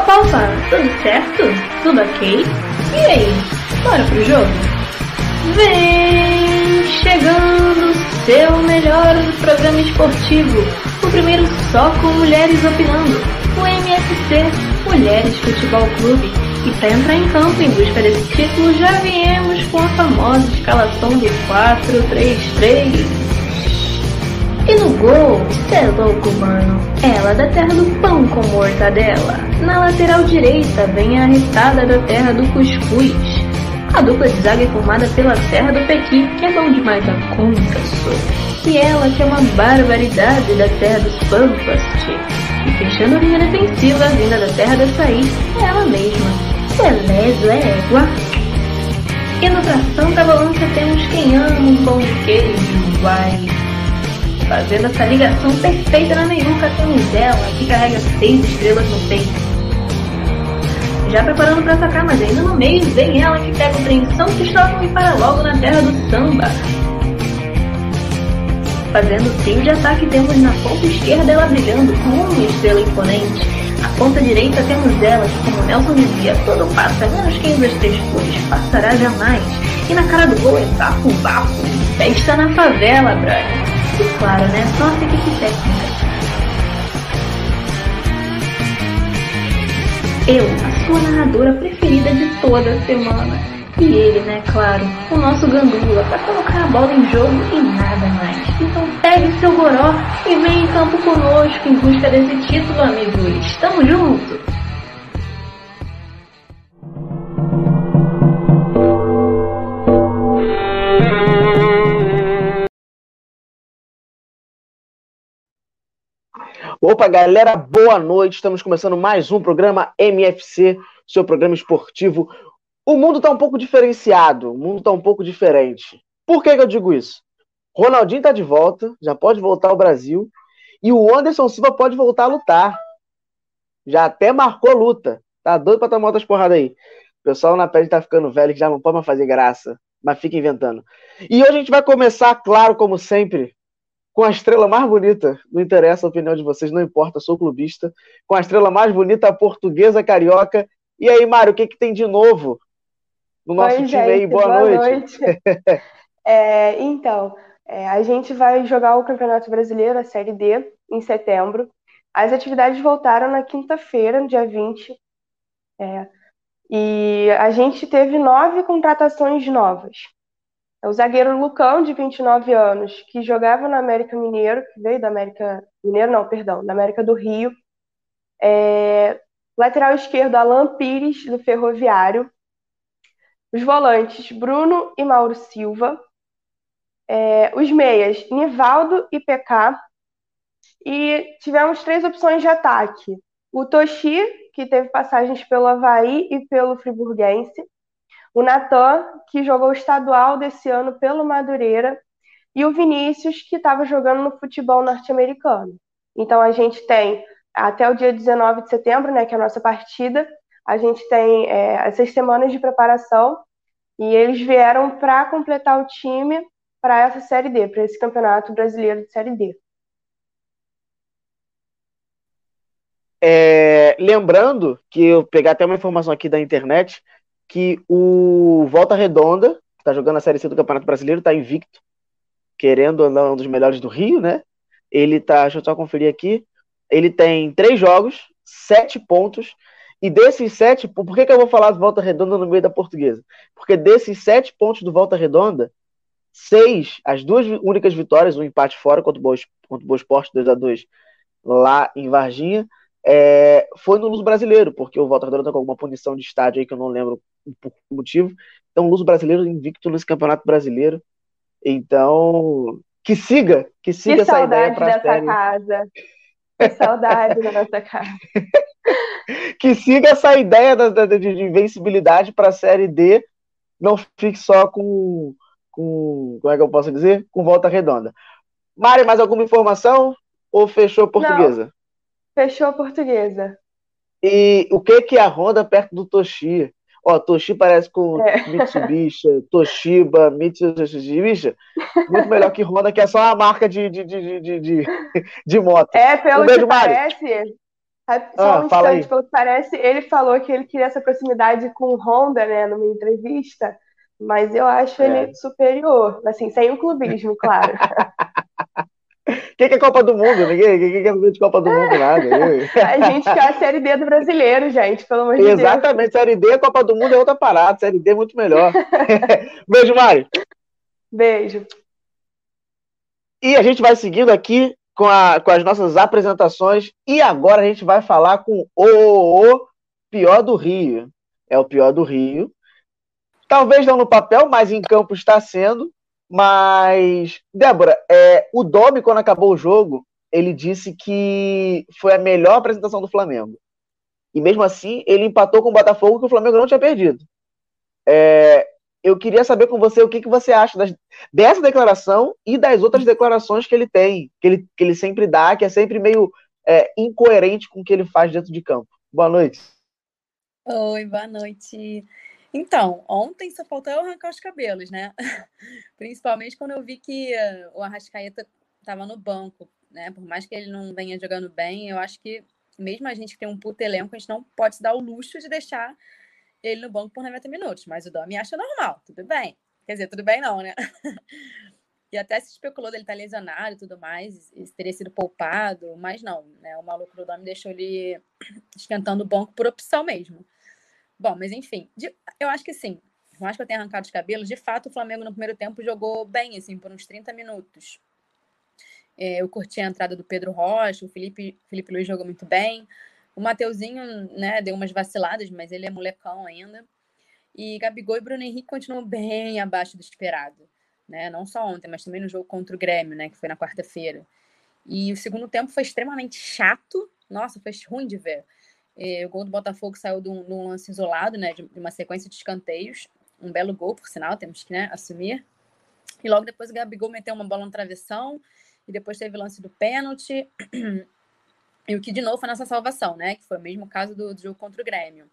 Opa, tudo certo? Tudo ok? E aí, bora pro jogo? Vem chegando seu melhor programa esportivo, o primeiro só com mulheres opinando, o MFC, Mulheres Futebol Clube. E para entrar em campo em busca desse título, já viemos com a famosa escalação do 4-3-3. E no gol, cê é louco, mano, ela da terra do pão com mortadela. Na lateral direita vem a arretada da terra do cuscuz. A dupla de zaga é formada pela terra do Pequi, que é bom demais a conta, só. E ela que é uma barbaridade da terra dos pampas, tchê. E fechando a linha defensiva, vinda da terra da Açaí, é ela mesma, Beleza Égua. E no tração da balança temos quem ama um pão de queijo, vai. Fazendo essa ligação perfeita na meiuca, temos ela, que carrega 6 estrelas no peito. Já preparando para atacar, mas ainda no meio, vem ela que pega o trem São Cristóvão e para logo na terra do samba. Fazendo o trio de ataque, temos na ponta esquerda ela brilhando com uma estrela imponente. Na ponta direita temos ela que, como Nelson dizia, todo passa, menos quem das 3 cores, passará jamais. E na cara do gol é bafo, festa na favela, brother. E claro, né? Nossa equipe técnica. Eu, a sua narradora preferida de toda a semana. E ele, né, claro, o nosso gandula, pra colocar a bola em jogo e nada mais. Então pegue seu goró e vem em campo conosco em busca desse título, amigos. Tamo junto! Opa, galera, boa noite. Estamos começando mais um programa MFC, seu programa esportivo. O mundo tá um pouco diferenciado, o mundo tá um pouco diferente. Por que eu digo isso? Ronaldinho tá de volta, já pode voltar ao Brasil, e o Anderson Silva pode voltar a lutar. Já até marcou luta. Tá doido pra tomar outras porradas aí. O pessoal na pele tá ficando velho, que já não pode mais fazer graça, mas fica inventando. E hoje a gente vai começar, claro, como sempre, com a estrela mais bonita, não interessa a opinião de vocês, não importa, sou clubista, com a estrela mais bonita, a portuguesa carioca. E aí, Mário, o que tem de novo no nosso time aí? Boa noite. Então, a gente vai jogar o Campeonato Brasileiro, a Série D, em setembro. As atividades voltaram na quinta-feira, no dia 20. E a gente teve 9 contratações novas. O zagueiro Lucão, de 29 anos, que jogava no América Mineiro, que veio da América Mineiro, não, perdão, da América do Rio. Lateral esquerdo, Alan Pires, do Ferroviário. Os volantes, Bruno e Mauro Silva. Os meias, Nivaldo e PK. E tivemos 3 opções de ataque. O Toshi, que teve passagens pelo Avaí e pelo Friburguense. O Natan, que jogou o estadual desse ano pelo Madureira, e o Vinícius, que estava jogando no futebol norte-americano. Então a gente tem, até o dia 19 de setembro, né, que é a nossa partida, a gente tem essas semanas de preparação, e eles vieram para completar o time para essa Série D, para esse Campeonato Brasileiro de Série D. Lembrando que eu pegar até uma informação aqui da internet, que o Volta Redonda, que está jogando a Série C do Campeonato Brasileiro, está invicto, querendo ou não, um dos melhores do Rio, né? Ele tá, deixa eu só conferir aqui, ele tem 3 jogos, 7 pontos, e desses 7, por que eu vou falar do Volta Redonda no meio da Portuguesa? Porque desses 7 pontos do Volta Redonda, 6, as 2 únicas vitórias, um empate fora contra o Boa Esporte, 2-2 lá em Varginha, foi no Luso Brasileiro, porque o Volta Redonda tá com alguma punição de estádio aí que eu não lembro o motivo. Então o Luso Brasileiro invicto nesse Campeonato Brasileiro. Então, que siga essa ideia para a série. Casa. Que saudade da nossa casa. Que siga essa ideia de invencibilidade para a Série D, não fique só com como é que eu posso dizer? Com Volta Redonda. Mari, mais alguma informação? Ou fechou a Portuguesa? Não. Fechou a Portuguesa. E o que é a Honda perto do Toshi? Toshi parece com Mitsubishi, Toshiba, Mitsubishi. Muito melhor que Honda, que é só uma marca de moto. Pelo que parece, Só um Fala instante, aí. pelo que parece, ele falou que ele queria essa proximidade com o Honda, né, numa entrevista, mas eu acho É. ele superior, assim, sem o clubismo, claro. Que é Copa do Mundo? Ninguém quer saber de Copa do Mundo, nada. A gente quer a Série D do brasileiro, gente, pelo amor de Deus. Exatamente, Série D, Copa do Mundo é outra parada. Série D é muito melhor. Beijo, Mari. Beijo. E a gente vai seguindo aqui com as nossas apresentações. E agora a gente vai falar com o pior do Rio. É o pior do Rio. Talvez não no papel, mas em campo está sendo. Mas, Débora, o Domi, quando acabou o jogo, ele disse que foi a melhor apresentação do Flamengo. E mesmo assim, ele empatou com o Botafogo, que o Flamengo não tinha perdido. Eu queria saber com você o que você acha dessa declaração e das outras declarações que ele tem, que ele sempre dá, que é sempre meio incoerente com o que ele faz dentro de campo. Boa noite. Oi, boa noite. Então, ontem só faltou eu arrancar os cabelos, né? Principalmente quando eu vi que o Arrascaeta estava no banco, né? Por mais que ele não venha jogando bem, eu acho que mesmo a gente que tem um puto elenco, a gente não pode se dar o luxo de deixar ele no banco por 90 minutos. Mas o Domi acha normal, tudo bem. Quer dizer, tudo bem não, né? E até se especulou dele estar lesionado e tudo mais, e teria sido poupado, mas não, né? O maluco do Domi deixou ele esquentando o banco por opção mesmo. Bom, mas enfim, eu acho que sim. Por mais que eu tenha arrancado os cabelos, de fato o Flamengo no primeiro tempo jogou bem, assim, por uns 30 minutos. Eu curti a entrada do Pedro Rocha, o Felipe Luiz jogou muito bem. O Mateuzinho, né, deu umas vaciladas, mas ele é molecão ainda. E Gabigol e Bruno Henrique continuam bem abaixo do esperado. Né? Não só ontem, mas também no jogo contra o Grêmio, né, que foi na quarta-feira. E o segundo tempo foi extremamente chato. Nossa, foi ruim de ver. O gol do Botafogo saiu de um lance isolado, né, de uma sequência de escanteios. Um belo gol, por sinal, temos que, né, assumir. E logo depois o Gabigol meteu uma bola no travessão. E depois teve o lance do pênalti. E o que, de novo, foi nossa salvação, né? Que foi o mesmo caso do jogo contra o Grêmio.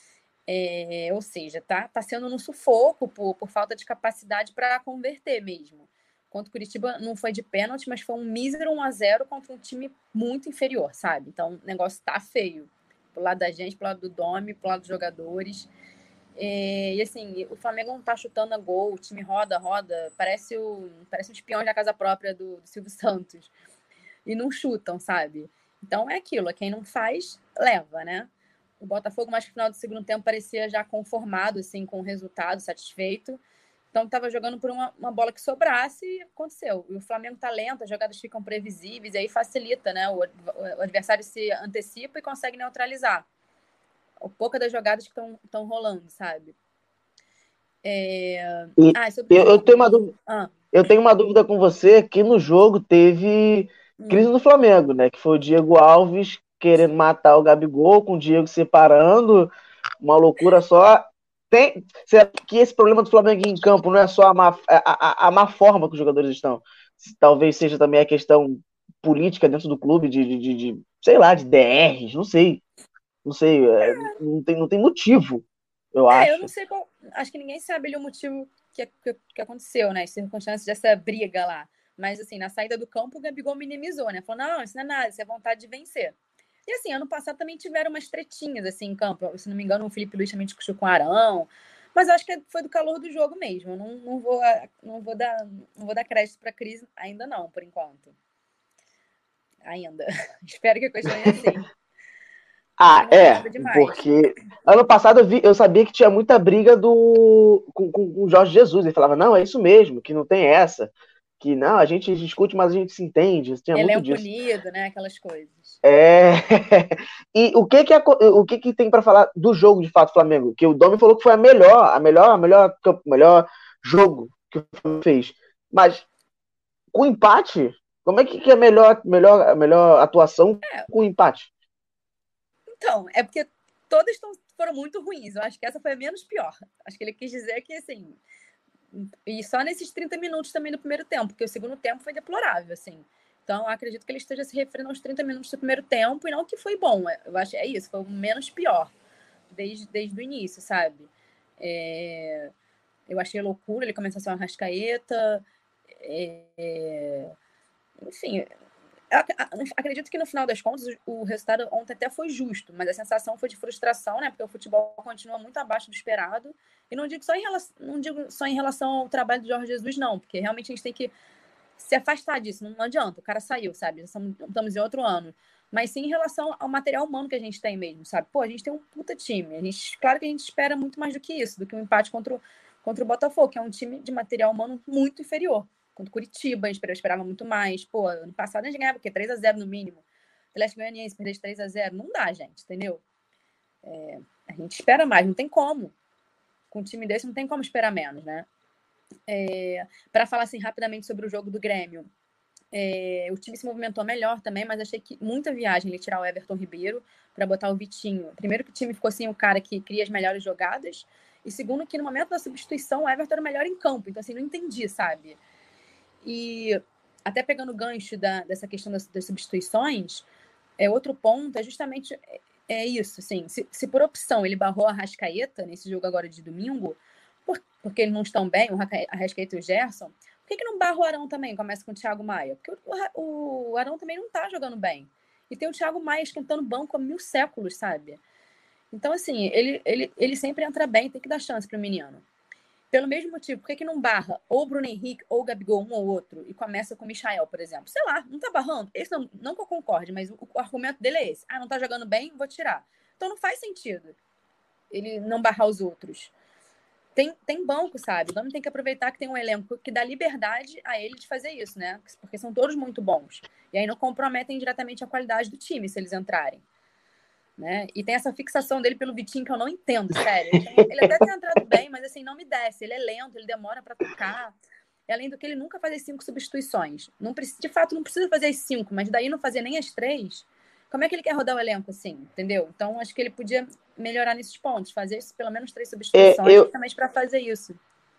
Ou seja, tá sendo no sufoco por falta de capacidade para converter mesmo. Contra o Curitiba não foi de pênalti, mas foi um mísero 1-0 contra um time muito inferior, sabe? Então o negócio tá feio. Pro lado da gente, pro lado do Domi, pro lado dos jogadores. E assim, o Flamengo não tá chutando a gol, o time roda, parece um espião da casa própria do Silvio Santos. E não chutam, sabe? Então é aquilo, quem não faz, leva, né? O Botafogo, mais que no final do segundo tempo, parecia já conformado, assim, com o resultado, satisfeito. Então estava jogando por uma bola que sobrasse e aconteceu. E o Flamengo tá lento, as jogadas ficam previsíveis, e aí facilita, né? O adversário se antecipa e consegue neutralizar. Pouca das jogadas que estão rolando, sabe? Sobre o Eu jogo. tenho uma dúvida. Eu tenho uma dúvida com você que no jogo teve crise do Flamengo, né? Que foi o Diego Alves querendo matar o Gabigol, com o Diego separando, uma loucura só. Será que esse problema do Flamengo em campo não é só a má forma que os jogadores estão? Talvez seja também a questão política dentro do clube, sei lá, de DRs, não sei. Não sei, não tem motivo, eu Eu não acho. sei qual. Acho que ninguém sabe ali o motivo que aconteceu, né? As circunstâncias dessa briga lá. Mas, assim, na saída do campo, o Gabigol minimizou, né? Falou: não, isso não é nada, isso é vontade de vencer. E, assim, ano passado também tiveram umas tretinhas, assim, em campo. Se não me engano, o Felipe Luiz também discutiu com o Arão. Mas acho que foi do calor do jogo mesmo. Eu não vou dar crédito pra crise ainda não, por enquanto. Ainda. Espero que a continue assim. Não foi nada demais. Porque ano passado eu sabia que tinha muita briga com o Jorge Jesus. Ele falava, não, é isso mesmo, que não tem essa. Que não, a gente discute, mas a gente se entende. Tinha muito Elenco disso. unido, né? Aquelas coisas. E o que tem para falar do jogo de fato Flamengo? Que o Domi falou que foi a melhor jogo que o Flamengo fez. Mas com empate, como é que é a melhor atuação com empate? Então, é porque todas foram muito ruins. Eu acho que essa foi a menos pior. Acho que ele quis dizer que, assim... E só nesses 30 minutos também do primeiro tempo, porque o segundo tempo foi deplorável, assim. Então, eu acredito que ele esteja se referindo aos 30 minutos do primeiro tempo, e não que foi bom. Eu acho que é isso, foi o menos pior desde o início, sabe? Eu achei loucura ele começar a ser uma rascaeta. Enfim, Acredito que no final das contas o resultado ontem até foi justo, mas a sensação foi de frustração, né? Porque o futebol continua muito abaixo do esperado. E não digo só em relação ao trabalho do Jorge Jesus, não, porque realmente a gente tem que se afastar disso. Não adianta, o cara saiu, sabe? Estamos em outro ano. Mas sim em relação ao material humano que a gente tem mesmo, sabe? Pô, a gente tem um puta time. Claro que a gente espera muito mais do que isso, do que um empate contra o Botafogo, que é um time de material humano muito inferior. Contra o Curitiba, a gente esperava muito mais. Pô, ano passado a gente ganhava o quê? 3-0 no mínimo. Atlético Goianiense perder de 3-0. Não dá, gente, entendeu? A gente espera mais, não tem como. Com um time desse não tem como esperar menos, né? Para falar assim rapidamente sobre o jogo do Grêmio, o time se movimentou melhor também, mas achei que muita viagem ele tirar o Everton Ribeiro para botar o Vitinho. Primeiro que o time ficou sem o cara que cria as melhores jogadas, e segundo que no momento da substituição o Everton era o melhor em campo, então assim, não entendi, sabe? E até pegando o gancho dessa questão das substituições, outro ponto é justamente isso, assim, se por opção ele barrou a Arrascaeta nesse jogo agora de domingo, porque eles não estão bem, o Arrascaeta e o Gerson, por que não barra o Arão também? Começa com o Thiago Maia? Porque o Arão também não tá jogando bem. E tem o Thiago Maia esquentando banco há 1000 séculos, sabe? Então, assim, ele sempre entra bem, tem que dar chance pro menino. Pelo mesmo motivo, por que não barra ou o Bruno Henrique ou o Gabigol, um ou outro, e começa com o Michael, por exemplo? Sei lá, não tá barrando? Esse não que eu concorde, mas o argumento dele é esse. Não tá jogando bem, vou tirar. Então não faz sentido ele não barrar os outros. Tem banco, sabe? O Dami tem que aproveitar que tem um elenco que dá liberdade a ele de fazer isso, né? Porque são todos muito bons. E aí não comprometem diretamente a qualidade do time se eles entrarem. Né? E tem essa fixação dele pelo Vitinho que eu não entendo, sério. Ele até tem entrado bem, mas assim, não me desce. Ele é lento, ele demora para tocar. E além do que, ele nunca faz as 5 substituições. De fato, não precisa fazer as 5, mas daí não fazer nem as 3. Como é que ele quer rodar o elenco assim, entendeu? Então, acho que ele podia melhorar nesses pontos, fazer pelo menos 3 substituições, justamente para fazer isso.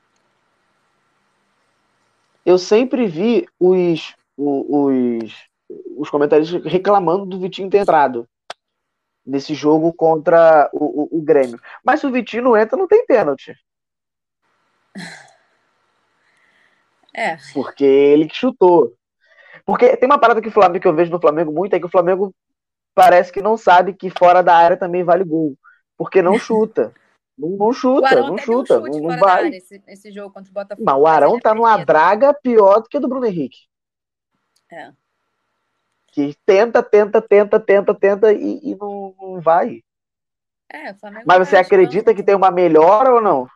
Eu sempre vi os comentaristas reclamando do Vitinho ter entrado nesse jogo contra o Grêmio. Mas se o Vitinho não entra, não tem pênalti. Porque ele que chutou. Porque tem uma parada que eu vejo no Flamengo muito, é que o Flamengo parece que não sabe que fora da área também vale gol. Porque não chuta. Não chuta, não chuta. Não vai. Esse jogo contra o Botafogo. Mas o Arão tá numa draga pior do que a do Bruno Henrique. Que tenta e não vai. Mas você acredita que tem uma melhora ou não?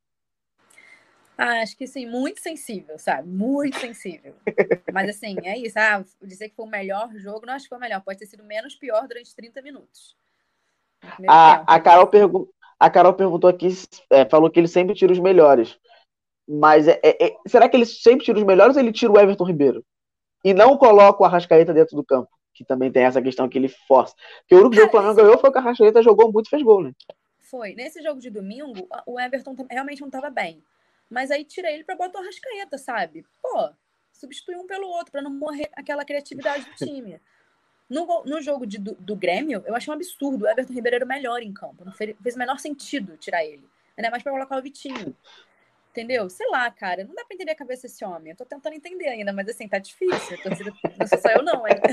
Acho que sim, muito sensível, sabe? Muito sensível. Mas assim, é isso. Dizer que foi o melhor jogo, não acho que foi o melhor. Pode ter sido menos pior durante 30 minutos. A Carol perguntou aqui, falou que ele sempre tira os melhores. Mas será que ele sempre tira os melhores ou ele tira o Everton Ribeiro? E não coloca o Arrascaeta dentro do campo? Que também tem essa questão que ele força. Porque o único jogo que o Flamengo ganhou foi que o Arrascaeta jogou muito e fez gol, né? Foi. Nesse jogo de domingo, o Everton realmente não estava bem. Mas aí tirei ele para botar o Arrascaeta, sabe? Pô, substituir um pelo outro, para não morrer aquela criatividade do time. No jogo do Grêmio, eu achei um absurdo. O Everton Ribeiro era o melhor em campo. Não fez o menor sentido tirar ele. Ainda mais para colocar o Vitinho. Entendeu? Sei lá, cara. Não dá pra entender a cabeça desse homem. Eu tô tentando entender ainda, mas assim, tá difícil. Não sou só eu, não, hein?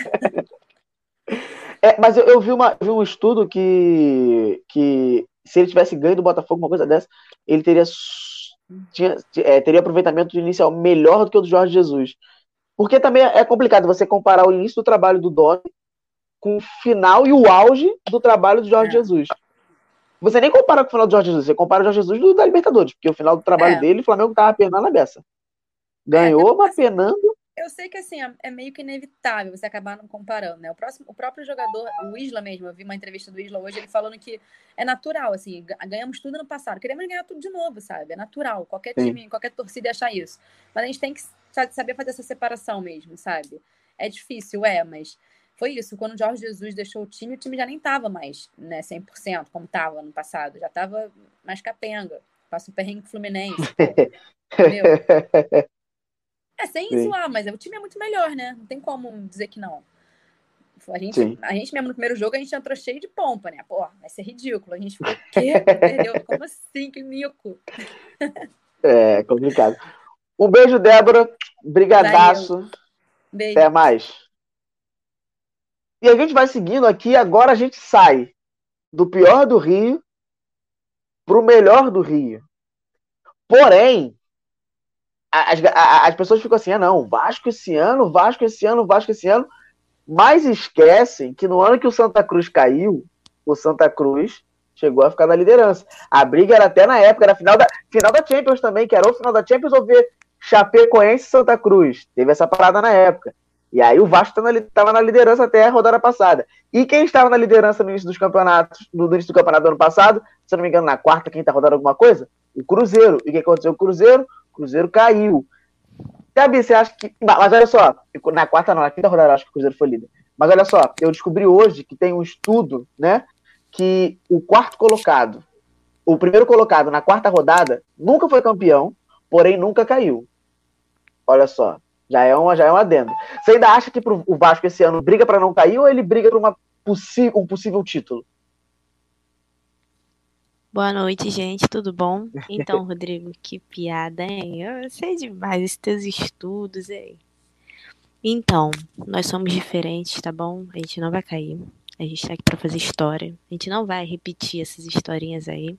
Mas eu vi um estudo que se ele tivesse ganho do Botafogo, uma coisa dessa, ele teria aproveitamento inicial melhor do que o do Jorge Jesus. Porque também é complicado você comparar o início do trabalho do Domi com o final e o auge do trabalho do Jorge Jesus. Você nem compara com o final do Jorge Jesus, você compara o Jorge Jesus da Libertadores, porque o final do trabalho dele, o Flamengo tava penando a beça. Ganhou, mas penando. Eu sei que assim, é meio que inevitável você acabar não comparando, né? O próprio jogador, o Isla mesmo, eu vi uma entrevista do Isla hoje, ele falando que é natural, assim, ganhamos tudo no passado, queremos ganhar tudo de novo, sabe? É natural, qualquer time, qualquer torcida achar isso. Mas a gente tem que saber fazer essa separação mesmo, sabe? É difícil, mas foi isso. Quando o Jorge Jesus deixou o time já nem tava mais, né, 100%, como tava no passado. Já tava mais capenga. Passa o perrengue Fluminense. Entendeu? Sem zoar, mas o time é muito melhor, né? Não tem como dizer que não. A gente mesmo no primeiro jogo, a gente entrou cheio de pompa, né? Pô, vai ser ridículo. A gente ficou, o quê? Perdeu? Como assim? Que mico. É complicado. Um beijo, Débora. Brigadaço. Beijo. Até mais. E a gente vai seguindo aqui, agora a gente sai do pior do Rio pro melhor do Rio. Porém, as pessoas ficam assim, não, Vasco esse ano, Vasco esse ano, Vasco esse ano, mas esquecem que no ano que o Santa Cruz caiu, o Santa Cruz chegou a ficar na liderança. A briga era até na época, era final da Champions também, que era o final da Champions ou ver Chapecoense e Santa Cruz. Teve essa parada na época. E aí o Vasco estava na liderança até a rodada passada. E quem estava na liderança no início dos campeonatos, no início do campeonato do ano passado, se eu não me engano, na quarta, quinta rodada, alguma coisa? O Cruzeiro. E o que aconteceu com o Cruzeiro? O Cruzeiro caiu. Gabi, você acha que. Mas olha só, na quarta não, na quinta rodada eu acho que o Cruzeiro foi líder. Mas olha só, eu descobri hoje que tem um estudo, né? Que o quarto colocado, o primeiro colocado na quarta rodada, nunca foi campeão, porém nunca caiu. Olha só, já é um adendo. Você ainda acha que o Vasco esse ano briga para não cair ou ele briga para um possível título? Boa noite, gente, tudo bom? Então, Rodrigo, que piada, hein? Eu sei demais esses teus estudos, hein? Então, nós somos diferentes, tá bom? A gente não vai cair. A gente tá aqui pra fazer história. A gente não vai repetir essas historinhas aí.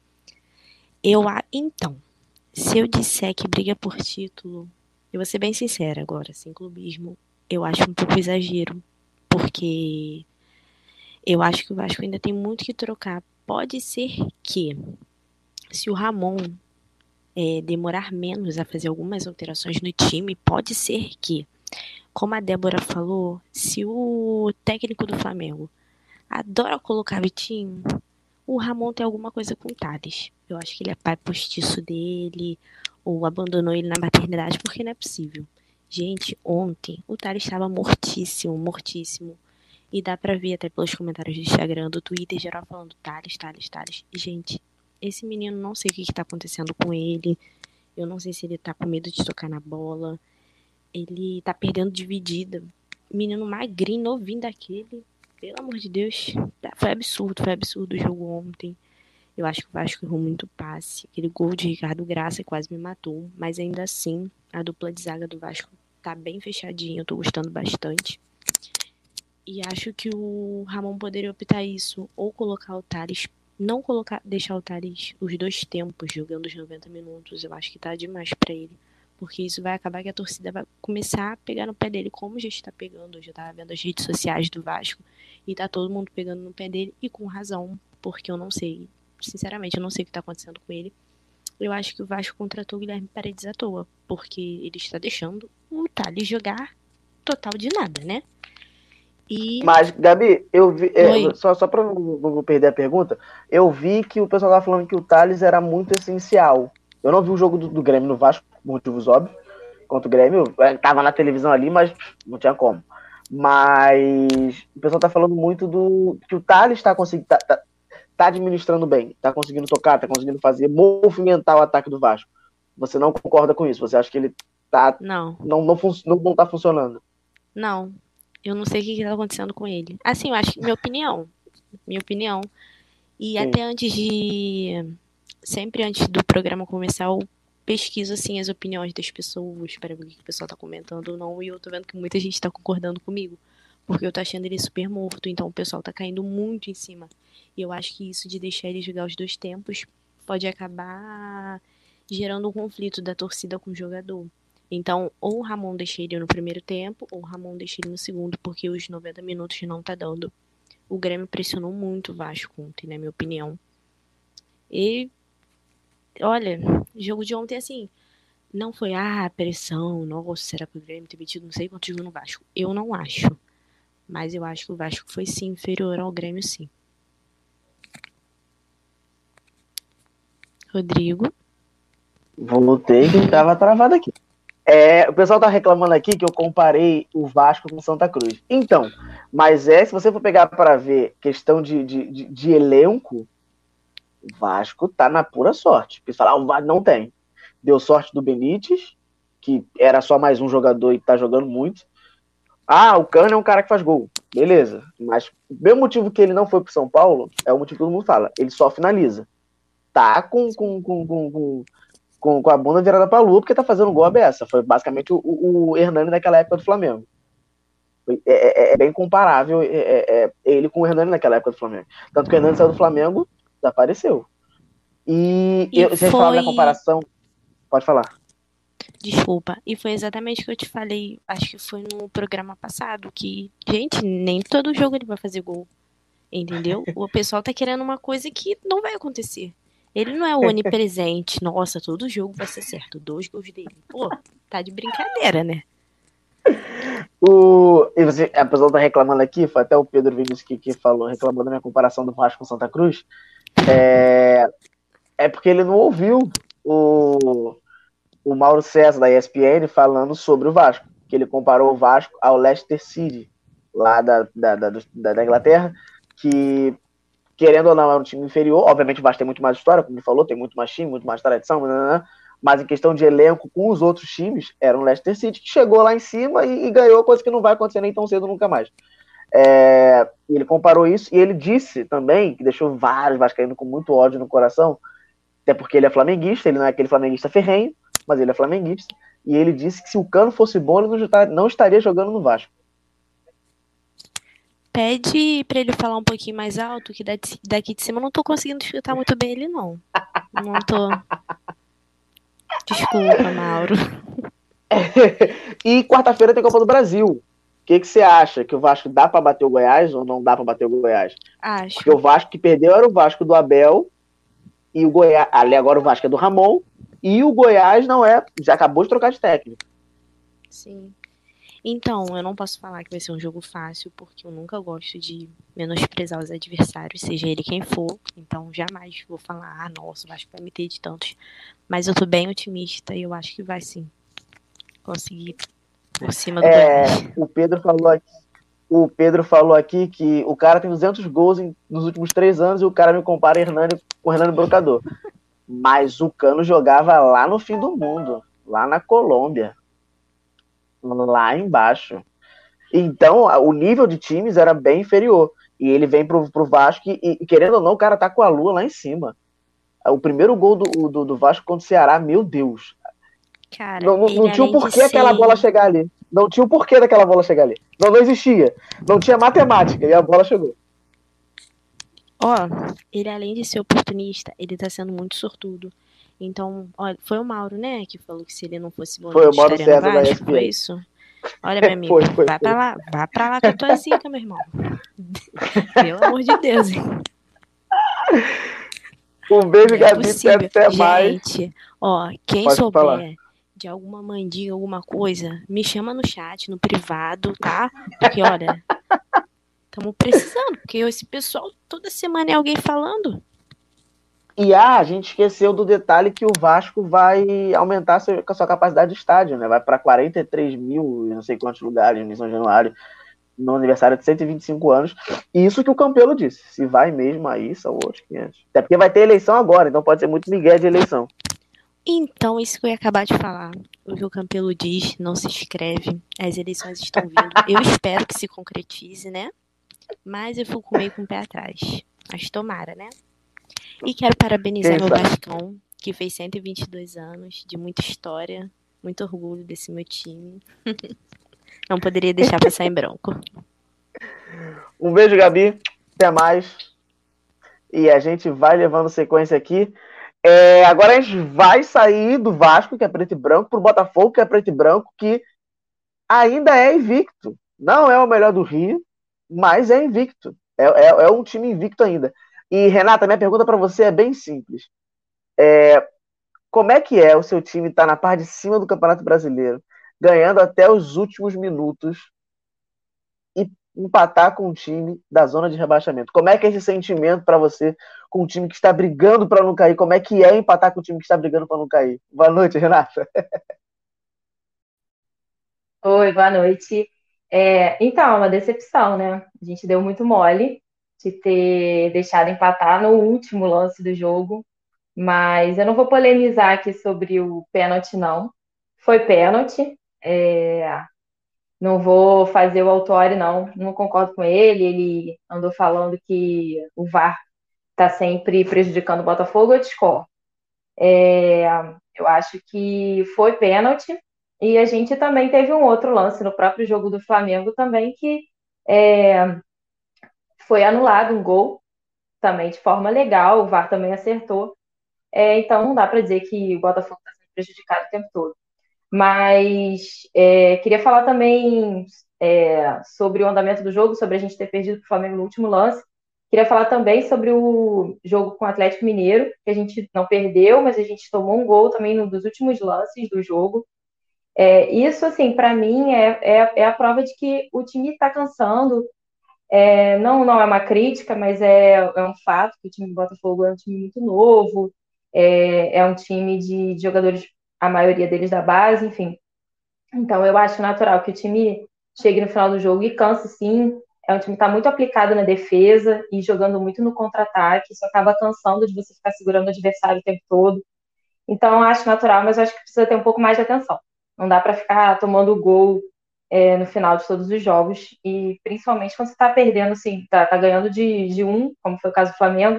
Então, se eu disser que briga por título, eu vou ser bem sincera agora, sem clubismo, eu acho um pouco exagero, porque eu acho que o Vasco ainda tem muito que trocar. Pode ser que, se o Ramon demorar menos a fazer algumas alterações no time, pode ser que, como a Débora falou, se o técnico do Flamengo adora colocar Vitinho, o Ramon tem alguma coisa com o Thales. Eu acho que ele é pai postiço dele, ou abandonou ele na maternidade, porque não é possível. Gente, ontem o Thales estava mortíssimo, mortíssimo. E dá pra ver até pelos comentários do Instagram, do Twitter, geral falando Thales, Thales, Thales. Gente, esse menino, não sei o que tá acontecendo com ele. Eu não sei se ele tá com medo de tocar na bola. Ele tá perdendo dividida. Menino magrinho, novinho daquele. Pelo amor de Deus. Foi absurdo o jogo ontem. Eu acho que o Vasco errou muito passe. Aquele gol de Ricardo Graça quase me matou. Mas ainda assim, a dupla de zaga do Vasco tá bem fechadinha. Eu tô gostando bastante. E acho que o Ramon poderia optar isso. Ou colocar o Thales. Não deixar o Thales os dois tempos jogando os 90 minutos. Eu acho que tá demais pra ele. Porque isso vai acabar que a torcida vai começar a pegar no pé dele, como já está pegando. Eu já estava vendo as redes sociais do Vasco e tá todo mundo pegando no pé dele, e com razão, porque eu não sei, sinceramente, eu não sei o que está acontecendo com ele. Eu acho que o Vasco contratou o Guilherme Paredes à toa, porque ele está deixando o Thales jogar total de nada, né? Mas, Gabi, eu vi. Só para não perder a pergunta, eu vi que o pessoal estava falando que o Thales era muito essencial. Eu não vi o jogo do Grêmio no Vasco, por motivos óbvios, contra o Grêmio. Tava na televisão ali, mas não tinha como. Mas o pessoal tá falando muito que o Thales tá conseguindo. Tá administrando bem, tá conseguindo tocar, tá conseguindo movimentar o ataque do Vasco. Você não concorda com isso? Você acha que ele tá. Não tá funcionando? Não. Eu não sei o que tá acontecendo com ele. Assim, eu acho que minha opinião. E sim, até sempre antes do programa começar, eu pesquiso assim as opiniões das pessoas para ver o que o pessoal tá comentando ou não. E eu tô vendo que muita gente tá concordando comigo. Porque eu tô achando ele super morto. Então o pessoal tá caindo muito em cima. E eu acho que isso de deixar ele jogar os dois tempos pode acabar gerando um conflito da torcida com o jogador. Então, ou o Ramon deixa ele no primeiro tempo, ou o Ramon deixa ele no segundo, porque os 90 minutos não tá dando. O Grêmio pressionou muito o Vasco ontem, na minha opinião. E, olha, o jogo de ontem, assim, não foi, pressão, nossa, será que o Grêmio teve tido não sei quantos gols no Vasco? Eu não acho. Mas eu acho que o Vasco foi, sim, inferior ao Grêmio, sim. Rodrigo? Voltei que tava travado aqui. O pessoal tá reclamando aqui que eu comparei o Vasco com o Santa Cruz. Então, mas se você for pegar para ver questão de elenco, o Vasco tá na pura sorte. Porque falar, o Vasco não tem. Deu sorte do Benítez, que era só mais um jogador e tá jogando muito. O Cano é um cara que faz gol. Beleza. Mas o mesmo motivo que ele não foi pro São Paulo é o motivo que todo mundo fala. Ele só finaliza. Tá com a bunda virada pra lua, porque tá fazendo gol a beça. Foi basicamente o Hernani daquela época do Flamengo. É bem comparável ele com o Hernani naquela época do Flamengo. Tanto que o Hernani saiu do Flamengo, desapareceu. E E vocês falam da foi. comparação, pode falar. Desculpa. E foi exatamente o que eu te falei, acho que foi no programa passado, que, gente, nem todo jogo ele vai fazer gol. Entendeu? O pessoal tá querendo uma coisa que não vai acontecer. Ele não é o onipresente. Nossa, todo jogo vai ser certo. 2 gols dele. Pô, tá de brincadeira, né? E você, a pessoa tá reclamando aqui, foi até o Pedro Vinícius que falou, reclamando da minha comparação do Vasco com Santa Cruz. É porque ele não ouviu o Mauro César da ESPN falando sobre o Vasco, que ele comparou o Vasco ao Leicester City, lá da Inglaterra, que, querendo ou não, é um time inferior. Obviamente o Vasco tem muito mais história, como ele falou, tem muito mais time, muito mais tradição, mas em questão de elenco com os outros times, era um Leicester City que chegou lá em cima e ganhou, coisa que não vai acontecer nem tão cedo nunca mais. Ele comparou isso e ele disse também, que deixou vários vascaínos com muito ódio no coração, até porque ele é flamenguista, ele não é aquele flamenguista ferrenho, mas ele é flamenguista, e ele disse que se o Cano fosse bom, ele não estaria jogando no Vasco. Pede pra ele falar um pouquinho mais alto, que daqui de cima eu não tô conseguindo escutar muito bem ele, não. Não tô. Desculpa, Mauro. E quarta-feira tem Copa do Brasil. O que você acha? Que o Vasco dá pra bater o Goiás ou não dá pra bater o Goiás? Acho. Porque o Vasco que perdeu era o Vasco do Abel, e o Goiás, ali agora o Vasco é do Ramon, e o Goiás não é, já acabou de trocar de técnico. Sim. Então, eu não posso falar que vai ser um jogo fácil, porque eu nunca gosto de menosprezar os adversários, seja ele quem for. Então, jamais vou falar, nossa, o Vasco vai meter de tantos. Mas eu tô bem otimista e eu acho que vai sim conseguir por cima do Goiás. O Pedro falou aqui que o cara tem 200 gols nos últimos 3 anos e o cara me compara com o Hernani Brocador. Mas o Cano jogava lá no fim do mundo, lá na Colômbia, lá embaixo. Então, o nível de times era bem inferior. E ele vem pro Vasco e, querendo ou não, o cara tá com a lua lá em cima. O primeiro gol do Vasco contra o Ceará, meu Deus. Cara, não tinha o porquê aquela bola chegar ali. Não tinha o porquê daquela bola chegar ali. Não existia. Não tinha matemática e a bola chegou. Ele além de ser oportunista, ele tá sendo muito sortudo. Então, olha, foi o Mauro, né, que falou que se ele não fosse bom, foi o Mauro César no Vasco, foi isso? Olha, meu amigo, vai pra lá com a tua zica, meu irmão. Pelo amor de Deus, hein? Um beijo, Gabi, até mais. Gente, quem Pode souber falar. de alguma mandinga, alguma coisa, me chama no chat, no privado, tá? Porque, olha, estamos precisando, porque esse pessoal, toda semana é alguém falando. E a gente esqueceu do detalhe que o Vasco vai aumentar a sua capacidade de estádio, né? Vai para 43 mil, não sei quantos lugares em São Januário, no aniversário de 125 anos. E isso que o Campelo disse. Se vai mesmo aí, são outros 500. Até porque vai ter eleição agora, então pode ser muito migué de eleição. Então, isso que eu ia acabar de falar. O que o Campelo diz, não se escreve. As eleições estão vindo. Eu espero que se concretize, né? Mas eu fico meio com o pé atrás. Mas tomara, né? E quero parabenizar meu Vascão, que fez 122 anos, de muita história, muito orgulho desse meu time. Não poderia deixar passar em branco. Um beijo, Gabi. Até mais. E a gente vai levando sequência aqui. Agora a gente vai sair do Vasco, que é preto e branco, pro Botafogo, que é preto e branco, que ainda é invicto. Não é o melhor do Rio, mas é invicto. É um time invicto ainda. E, Renata, minha pergunta para você é bem simples. Como é que o seu time estar na parte de cima do Campeonato Brasileiro, ganhando até os últimos minutos e empatar com um time da zona de rebaixamento? Como é que é esse sentimento para você com um time que está brigando para não cair? Como é que é empatar com um time que está brigando para não cair? Boa noite, Renata. Oi, boa noite. Então, é uma decepção, né? A gente deu muito mole de ter deixado empatar no último lance do jogo, mas eu não vou polemizar aqui sobre o pênalti, não. Foi pênalti, não vou fazer o autório, não concordo com ele. Ele andou falando que o VAR está sempre prejudicando o Botafogo, eu discordo. Eu acho que foi pênalti. E a gente também teve um outro lance no próprio jogo do Flamengo também, que é, foi anulado um gol, também de forma legal, o VAR também acertou. Então não dá para dizer que o Botafogo está sendo prejudicado o tempo todo. Mas queria falar também sobre o andamento do jogo, sobre a gente ter perdido para o Flamengo no último lance. Queria falar também sobre o jogo com o Atlético Mineiro, que a gente não perdeu, mas a gente tomou um gol também num dos últimos lances do jogo. Isso, assim, para mim, é a prova de que o time está cansando. Não é uma crítica, mas é um fato que o time do Botafogo é um time muito novo, é um time de jogadores, a maioria deles da base, enfim. Então, eu acho natural que o time chegue no final do jogo e canse, sim. É um time que está muito aplicado na defesa e jogando muito no contra-ataque. Isso acaba cansando de você ficar segurando o adversário o tempo todo. Então, eu acho natural, mas eu acho que precisa ter um pouco mais de atenção. Não dá para ficar tomando gol no final de todos os jogos. E principalmente quando você está perdendo, assim, tá ganhando de um, como foi o caso do Flamengo,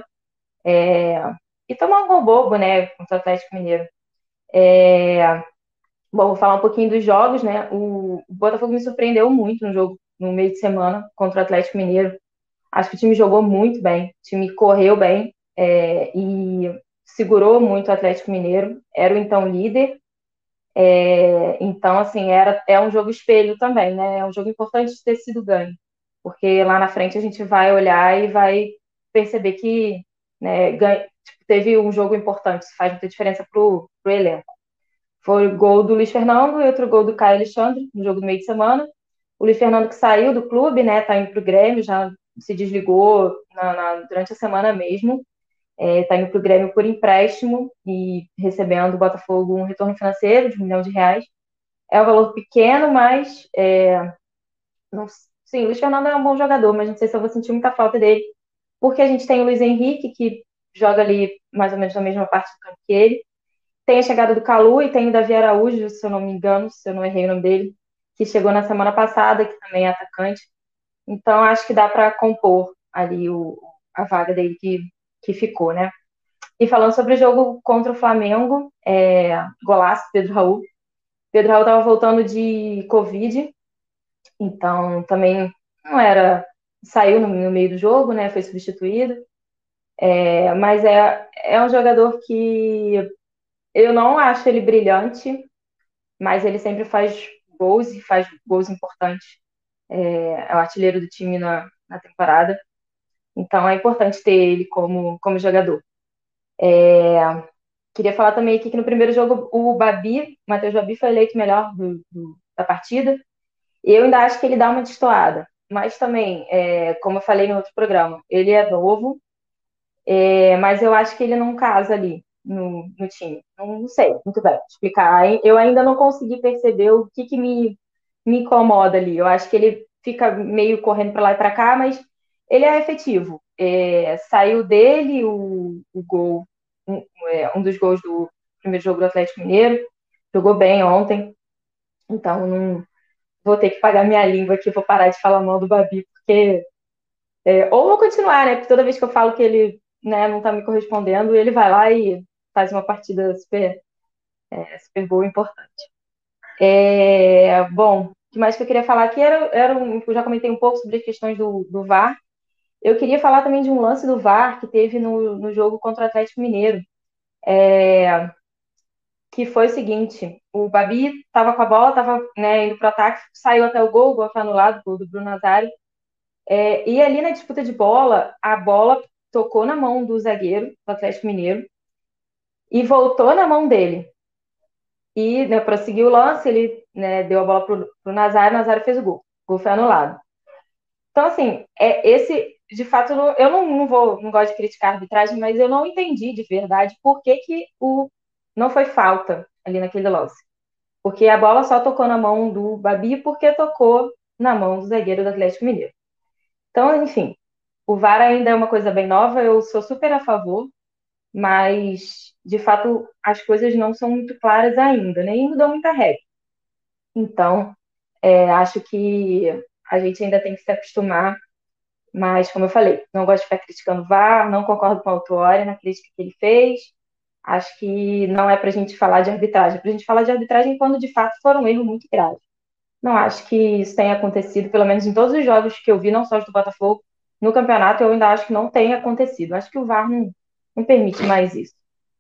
e tomar um gol bobo, né, contra o Atlético Mineiro. Bom, vou falar um pouquinho dos jogos, né? O Botafogo me surpreendeu muito no jogo no meio de semana contra o Atlético Mineiro. Acho que o time jogou muito bem, o time correu bem e segurou muito o Atlético Mineiro. Era o então líder. Então, assim, é um jogo espelho também, né? É um jogo importante de ter sido ganho, porque lá na frente a gente vai olhar e vai perceber que né, teve um jogo importante, isso faz muita diferença pro elenco. Foi o gol do Luiz Fernando e outro gol do Caio Alexandre, no jogo do meio de semana. O Luiz Fernando que saiu do clube, né, tá indo pro Grêmio, já se desligou durante a semana mesmo. Tá indo pro Grêmio por empréstimo e recebendo do Botafogo um retorno financeiro de R$ 1 milhão. É um valor pequeno, mas não, sim, o Luiz Fernando é um bom jogador, mas não sei se eu vou sentir muita falta dele, porque a gente tem o Luiz Henrique, que joga ali mais ou menos na mesma parte do campo que ele. Tem a chegada do Calu e tem o Davi Araújo, se eu não me engano, se eu não errei o nome dele, que chegou na semana passada, que também é atacante. Então, acho que dá para compor ali a vaga dele que ficou, né? E falando sobre o jogo contra o Flamengo, golaço, Pedro Raul. Pedro Raul estava voltando de Covid, então também não era. Saiu no meio do jogo, né? Foi substituído. Mas é um jogador que eu não acho ele brilhante, mas ele sempre faz gols e faz gols importantes. É o artilheiro do time na temporada. Então é importante ter ele como jogador. Queria falar também aqui que no primeiro jogo o Matheus Babi, foi eleito melhor da partida. Eu ainda acho que ele dá uma destoada. Mas também, como eu falei no outro programa, ele é novo, mas eu acho que ele não casa ali no time. Não sei muito bem explicar. Eu ainda não consegui perceber o que me incomoda ali. Eu acho que ele fica meio correndo para lá e para cá, mas ele é efetivo. Saiu dele o gol, um dos gols do primeiro jogo do Atlético Mineiro. Jogou bem ontem. Então, não vou ter que pagar minha língua aqui, vou parar de falar mal do Babi, porque. Ou vou continuar, né? Porque toda vez que eu falo que ele né, não tá me correspondendo, ele vai lá e faz uma partida super boa e importante. Bom, o que mais que eu queria falar aqui eu já comentei um pouco sobre as questões do VAR. Eu queria falar também de um lance do VAR que teve no jogo contra o Atlético Mineiro. Que foi o seguinte: o Babi estava com a bola, estava indo para o ataque, saiu até o gol foi anulado, o gol do Bruno Nazário. E ali na disputa de bola, a bola tocou na mão do zagueiro do Atlético Mineiro e voltou na mão dele. E prosseguiu o lance, ele deu a bola pro Nazário, o Nazário fez o gol. O gol foi anulado. Então, assim, de fato, eu não gosto de criticar a arbitragem, mas eu não entendi de verdade por que não foi falta ali naquele lance. Porque a bola só tocou na mão do Babi porque tocou na mão do zagueiro do Atlético Mineiro. Então, enfim, o VAR ainda é uma coisa bem nova, eu sou super a favor, mas, de fato, as coisas não são muito claras ainda, nem mudou muita regra. Então, acho que a gente ainda tem que se acostumar, mas, como eu falei, não gosto de ficar criticando o VAR, não concordo com o Autuori na crítica que ele fez, Acho que não é para a gente falar de arbitragem. Para a gente falar de arbitragem quando de fato for um erro muito grave. Não acho que isso tenha acontecido, pelo menos em todos os jogos que eu vi, não só os do Botafogo, no campeonato, eu ainda acho que não tem acontecido. Acho que o VAR não permite mais isso.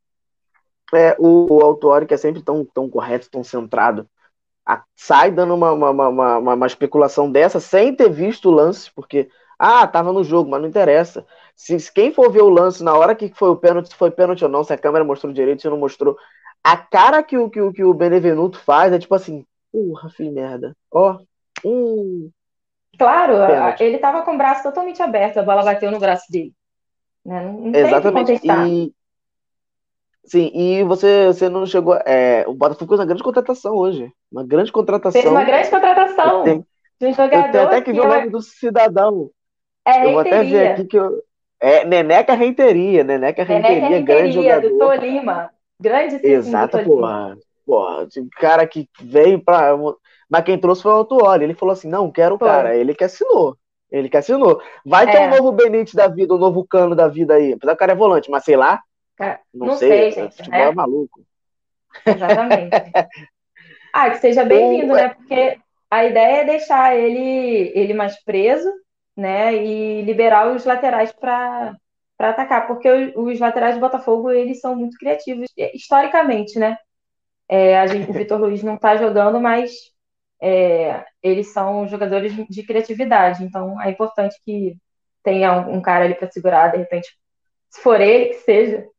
O Autuori, que é sempre tão correto, tão centrado, sai dando uma especulação dessa sem ter visto o lance, porque, tava no jogo, mas não interessa. Se quem for ver o lance na hora que foi o pênalti, se foi pênalti ou não, se a câmera mostrou direito, se não mostrou, a cara que o Benevenuto faz é tipo assim, porra, fiz merda. Ó, Claro, pênalti. ele estava com o braço totalmente aberto, a bola bateu no braço dele. Né? Não tem o que Exatamente. contestar. Sim, e você não chegou. O Botafogo fez uma grande contratação hoje. Uma grande Fez uma contratação. grande contratação de um Eu tenho jogador até que que ver o nome do cidadão. Eu vou até ver aqui Renteria. que eu. Neneca Renteria. Neneca Neneca Renteria, grande Renteria, do jogador. Tolima. Grandíssimo do Exato, Tolima. porra. Porra, o cara que veio pra. Mas quem trouxe foi o Autuori. Ele falou assim: não, quero o Foi. cara. Ele que assinou. Ele que assinou. Vai ter um É, novo Benítez da vida, um novo Cano da vida aí. Apesar que o cara é volante, mas sei lá. cara, Não não sei. sei, gente, Futebol é né? maluco. Exatamente. Que seja O, bem-vindo, né? Porque a ideia é deixar ele mais preso, né? E liberar os laterais para atacar, porque os laterais do Botafogo eles são muito criativos historicamente, né? O Vitor Luiz não está jogando, mas eles são jogadores de criatividade, então é importante que tenha um cara ali para segurar, de repente, se for ele, que seja.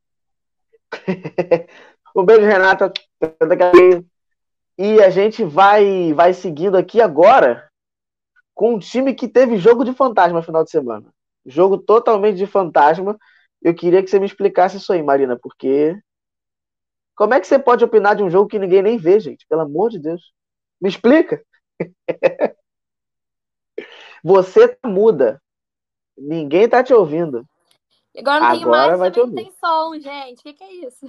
Um beijo, Renata. E a gente vai seguindo aqui agora com um time que teve jogo de fantasma no final de semana. Jogo totalmente de fantasma. Eu queria que você me explicasse isso aí, Marina, porque como é que você pode opinar de um jogo que ninguém nem vê, gente? Pelo amor de Deus. Me explica. Você tá muda. Ninguém tá te ouvindo. Agora não tem Agora imagem, vai te também não ouvir. tem som, gente. O que é isso?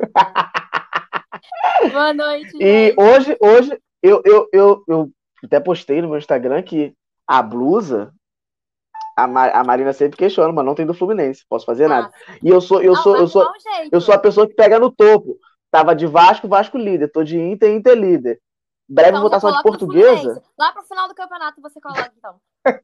Boa noite, E gente. hoje eu até postei no meu Instagram que a blusa a Marina sempre questiona, mas não tem do Fluminense, posso fazer nada. Ah, E eu sou eu não, sou vai eu sou arrumar um eu sou a jeito. pessoa que pega no topo. Tava de Vasco, Vasco líder, tô de Inter, Inter líder. Breve Então já votação de coloque do Portuguesa. Fluminense. Lá pro final do campeonato você coloca, então.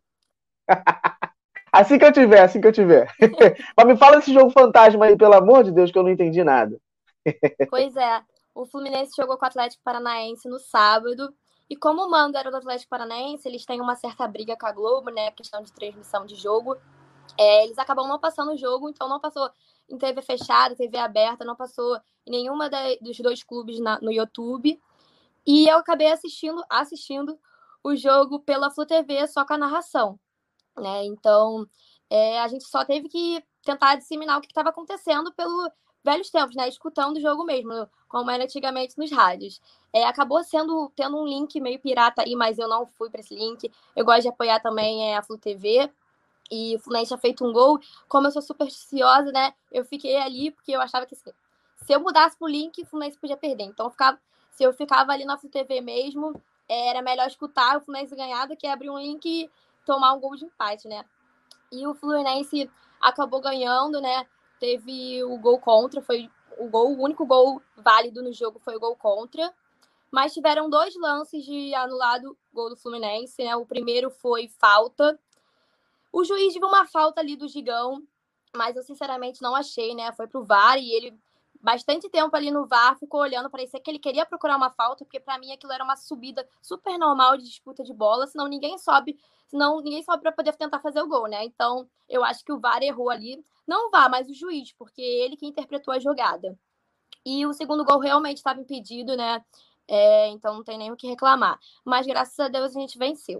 Assim que eu tiver, assim que eu tiver. Mas me fala desse jogo fantasma aí, pelo amor de Deus, que eu não entendi nada. Pois é, o Fluminense jogou com o Atlético Paranaense no sábado. E como o mando era do Atlético Paranaense, eles têm uma certa briga com a Globo, né? Questão de transmissão de jogo. Eles acabam não passando o jogo, então não passou em TV fechada, TV aberta, não passou em nenhuma dos dois clubes no YouTube. E eu acabei assistindo o jogo pela Flu TV, só com a narração, né? Então, a gente só teve que tentar disseminar o que estava acontecendo pelo velhos tempos, né? Escutando o jogo mesmo, como era antigamente nos rádios. Acabou tendo um link meio pirata aí, mas eu não fui para esse link. Eu gosto de apoiar também a Flu TV. E o Fluminense tinha feito um gol. Como eu sou supersticiosa, né? Eu fiquei ali porque eu achava que se eu mudasse pro link, o Fluminense podia perder. Então, se eu ficava ali na Flu TV mesmo, era melhor escutar o Fluminense ganhar do que abrir um link e tomar um gol de empate, né? E o Fluminense acabou ganhando, né? Teve o gol contra, foi o único gol válido no jogo foi o gol contra. Mas tiveram dois lances de anulado gol do Fluminense, né? O primeiro foi falta. O juiz viu uma falta ali do Gigão, mas eu sinceramente não achei, né? Foi pro VAR e ele, bastante tempo ali no VAR, ficou olhando, parecia que ele queria procurar uma falta, porque para mim aquilo era uma subida super normal de disputa de bola, senão ninguém sobe para poder tentar fazer o gol, né? Então, eu acho que o VAR errou ali. Não o VAR, mas o juiz, porque ele que interpretou a jogada. E o segundo gol realmente estava impedido, né? Então não tem nem o que reclamar. Mas graças a Deus a gente venceu.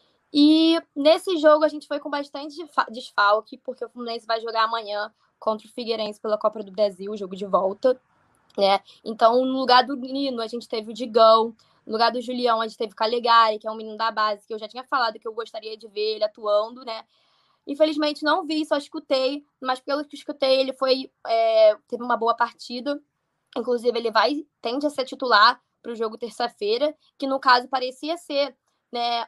E nesse jogo a gente foi com bastante desfalque, porque o Fluminense vai jogar amanhã contra o Figueirense pela Copa do Brasil, jogo de volta, né? Então, no lugar do Nino, a gente teve o Digão, no lugar do Julião, a gente teve o Calegari, que é um menino da base, que eu já tinha falado que eu gostaria de ver ele atuando, né? Infelizmente não vi, só escutei, mas pelo que escutei, ele teve uma boa partida. Inclusive, ele tende a ser titular para o jogo terça-feira, que no caso parecia ser, né,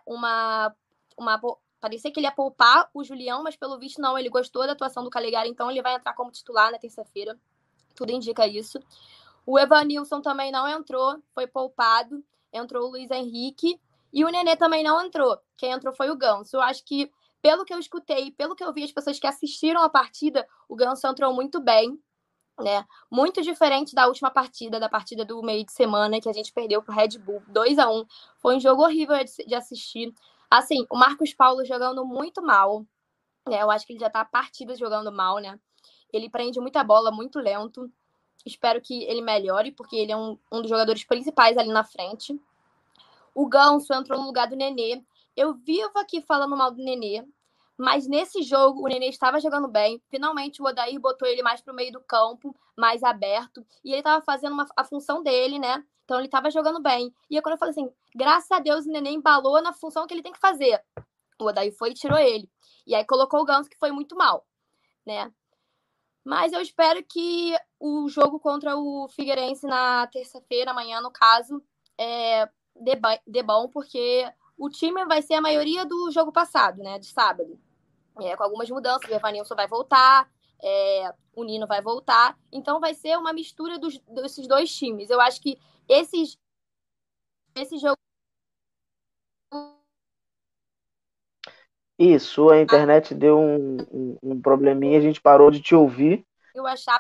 parecia que ele ia poupar o Julião, mas pelo visto não, ele gostou da atuação do Calegari, então ele vai entrar como titular na terça-feira. tudo indica isso. O Evanilson também não entrou, foi poupado. Entrou o Luiz Henrique. E o Nenê também não entrou. Quem entrou foi o Ganso. Eu acho que, pelo que eu escutei, pelo que eu vi as pessoas que assistiram a partida, o Ganso entrou muito bem, né? Muito diferente da última partida, da partida do meio de semana, que a gente perdeu pro Red Bull 2-1. Foi um jogo horrível de assistir. Assim, o Marcos Paulo jogando muito mal, né? Eu acho que ele já tá partida jogando mal, né? Ele prende muita bola, muito lento. Espero que ele melhore, porque ele é um dos jogadores principais ali na frente. O Ganso entrou no lugar do Nenê. Eu vivo aqui falando mal do Nenê, mas nesse jogo o Nenê estava jogando bem. Finalmente o Odair botou ele mais pro meio do campo, mais aberto. E ele estava fazendo a função dele, né? Então ele estava jogando bem. E aí, quando eu falei assim, graças a Deus o Nenê embalou na função que ele tem que fazer. O Odair foi e tirou ele. E aí colocou o Ganso, que foi muito mal, né? Mas eu espero que o jogo contra o Figueirense na terça-feira, amanhã, no caso, dê bom, porque o time vai ser a maioria do jogo passado, né? De sábado. Com algumas mudanças, o Evanilson vai voltar, o Nino vai voltar. Então vai ser uma mistura desses dois times. Eu acho que esse jogo... Isso, a internet deu um probleminha, a gente parou de te ouvir. Eu achar...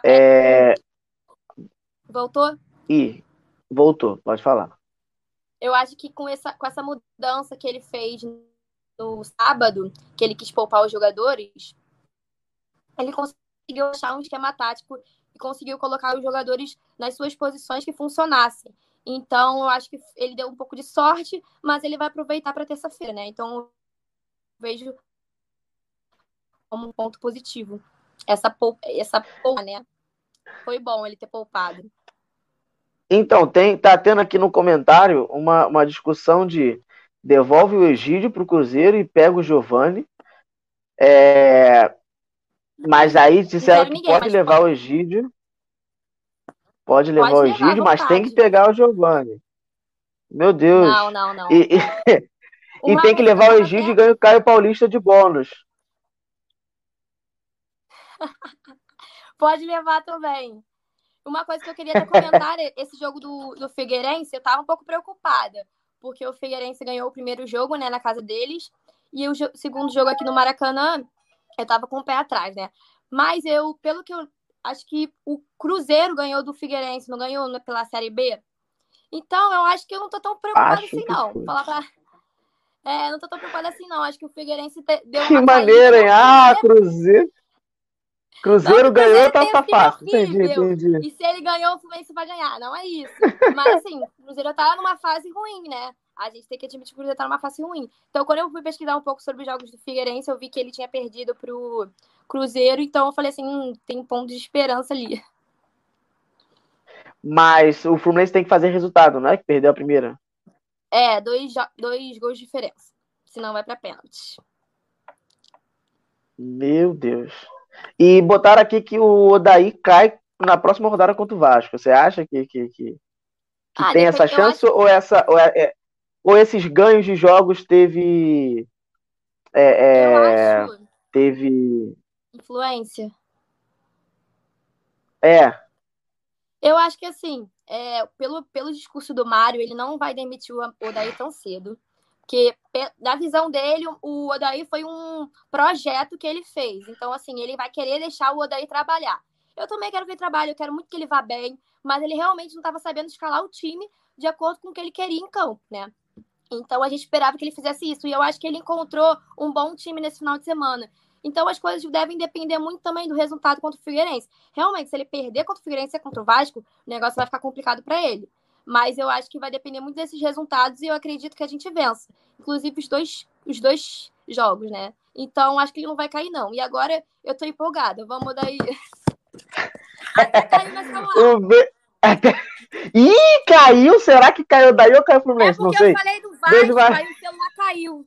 Voltou? Voltou, pode falar. Eu acho que com essa mudança que ele fez no sábado, que ele quis poupar os jogadores, ele conseguiu achar um esquema tático e conseguiu colocar os jogadores nas suas posições que funcionassem. Então, eu acho que ele deu um pouco de sorte, mas ele vai aproveitar para terça-feira, né? Então, eu vejo como um ponto positivo essa poupa, né? Foi bom ele ter poupado. Então, tá tendo aqui no comentário uma discussão de devolve o Egídio pro Cruzeiro e pega o Giovani. Mas aí disseram que pode levar o Egídio. Pode levar o Egídio, mas tem que pegar o Giovani. Meu Deus. Não. E tem que levar o Egídio e ganha o Caio Paulista de bônus. Pode levar também. Uma coisa que eu queria até comentar, esse jogo do Figueirense, eu tava um pouco preocupada, porque o Figueirense ganhou o primeiro jogo, né, na casa deles, e o segundo jogo aqui no Maracanã, eu tava com o pé atrás, né? Mas pelo que eu acho que o Cruzeiro ganhou do Figueirense, não ganhou pela Série B. Então, eu acho que eu não tô tão preocupada assim, não. Não tô tão preocupada assim, não. Acho que o Figueirense deu uma Que maneira, hein? Cruzeiro. Cruzeiro ganhou, tá fácil. Entendi. E se ele ganhou, o Fluminense vai ganhar. Não é isso. Mas, assim, o Cruzeiro tá numa fase ruim, né? A gente tem que admitir que o Cruzeiro tá numa fase ruim. Então, quando eu fui pesquisar um pouco sobre os jogos do Figueirense, eu vi que ele tinha perdido pro Cruzeiro. Então, eu falei assim, tem um ponto de esperança ali. Mas o Fluminense tem que fazer resultado, não é? Que perdeu a primeira. 2 gols de diferença. Senão vai pra pênalti. Meu Deus. E botaram aqui que o Odair cai na próxima rodada contra o Vasco. Você acha que tem essa chance? Ou esses ganhos de jogos teve influência? Eu acho que assim, pelo discurso do Mário, ele não vai demitir o Odair tão cedo. Porque, na visão dele, o Odair foi um projeto que ele fez. Então, assim, ele vai querer deixar o Odair trabalhar. Eu também quero que ele trabalhe, eu quero muito que ele vá bem, mas ele realmente não estava sabendo escalar o time de acordo com o que ele queria em campo, né? Então, a gente esperava que ele fizesse isso. E eu acho que ele encontrou um bom time nesse final de semana. Então, as coisas devem depender muito também do resultado contra o Figueirense. Realmente, se ele perder contra o Figueirense e contra o Vasco, o negócio vai ficar complicado para ele. Mas eu acho que vai depender muito desses resultados e eu acredito que a gente vença. Inclusive os dois jogos, né? Então, acho que ele não vai cair, não. E agora eu tô empolgada. Vamos daí... Até caiu nessa hora. Ih, caiu? Será que caiu daí ou caiu o Fluminense? Não sei. Eu falei do Vasco, aí o celular caiu.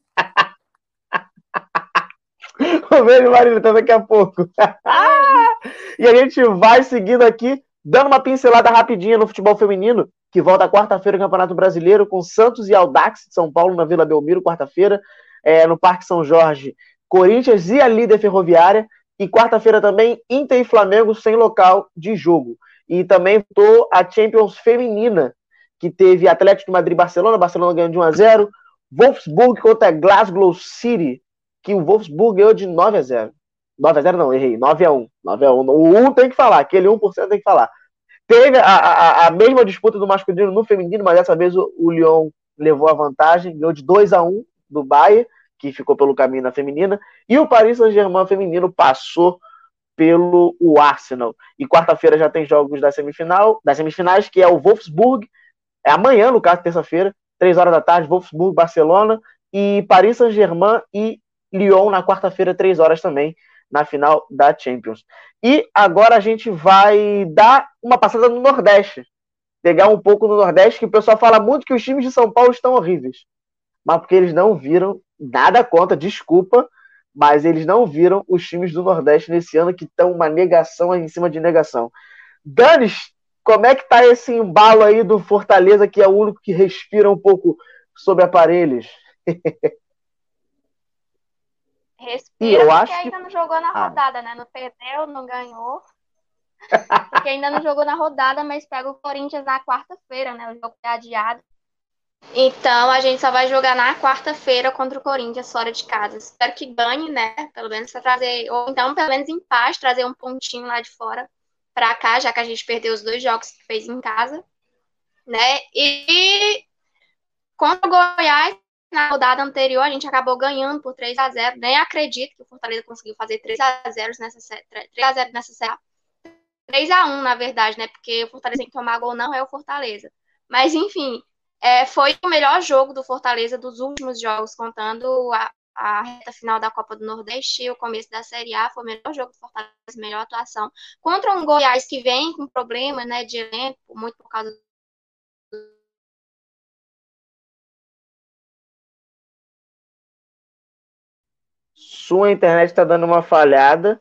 O beijo, Marília, até daqui a pouco. E a gente vai seguindo aqui, dando uma pincelada rapidinha no futebol feminino, que volta quarta-feira o Campeonato Brasileiro com Santos e Audax de São Paulo na Vila Belmiro, quarta-feira, no Parque São Jorge, Corinthians e a líder Ferroviária, e quarta-feira também Inter e Flamengo sem local de jogo. E também voltou a Champions feminina, que teve Atlético de Madrid e Barcelona. Barcelona ganhou de 1-0. Wolfsburg contra Glasgow City, que o Wolfsburg ganhou de 9-0. 9-0 não, errei. 9-1. 9-1. O 1 tem que falar, aquele 1% tem que falar. Teve a mesma disputa do masculino no feminino, mas dessa vez o Lyon levou a vantagem, ganhou de 2-1 do Bayern, que ficou pelo caminho na feminina, e o Paris Saint-Germain feminino passou pelo Arsenal. E quarta-feira já tem jogos das semifinais, que é o Wolfsburg, é amanhã, no caso, terça-feira, 3 horas da tarde, Wolfsburg, Barcelona, e Paris Saint-Germain e Lyon na quarta-feira, 3 horas também, na final da Champions. E agora a gente vai dar uma passada no Nordeste, pegar um pouco no Nordeste, que o pessoal fala muito que os times de São Paulo estão horríveis, mas porque eles não viram, nada contra, desculpa, mas eles não viram os times do Nordeste nesse ano, que estão uma negação em cima de negação. Danis, como é que tá esse embalo aí do Fortaleza, que é o único que respira um pouco sobre aparelhos? Respira, eu acho porque ainda não jogou na rodada, né? Não perdeu, não ganhou. Porque ainda não jogou na rodada, mas pega o Corinthians na quarta-feira, né? O jogo é adiado. Então, a gente só vai jogar na quarta-feira contra o Corinthians, fora de casa. Espero que ganhe, né? Pelo menos pra trazer... Ou então, pelo menos empate, trazer um pontinho lá de fora pra cá, já que a gente perdeu os 2 jogos que fez em casa, né? E contra o Goiás, na rodada anterior, a gente acabou ganhando por 3-0. Nem acredito que o Fortaleza conseguiu fazer 3-0 nessa série. 3-1, na verdade, né? Porque o Fortaleza tem que tomar gol, não é o Fortaleza. Mas, enfim, foi o melhor jogo do Fortaleza dos últimos jogos, contando a reta final da Copa do Nordeste e o começo da Série A. Foi o melhor jogo do Fortaleza, melhor atuação. Contra um Goiás que vem com problema, né, de elenco, muito por causa Sua internet está dando uma falhada.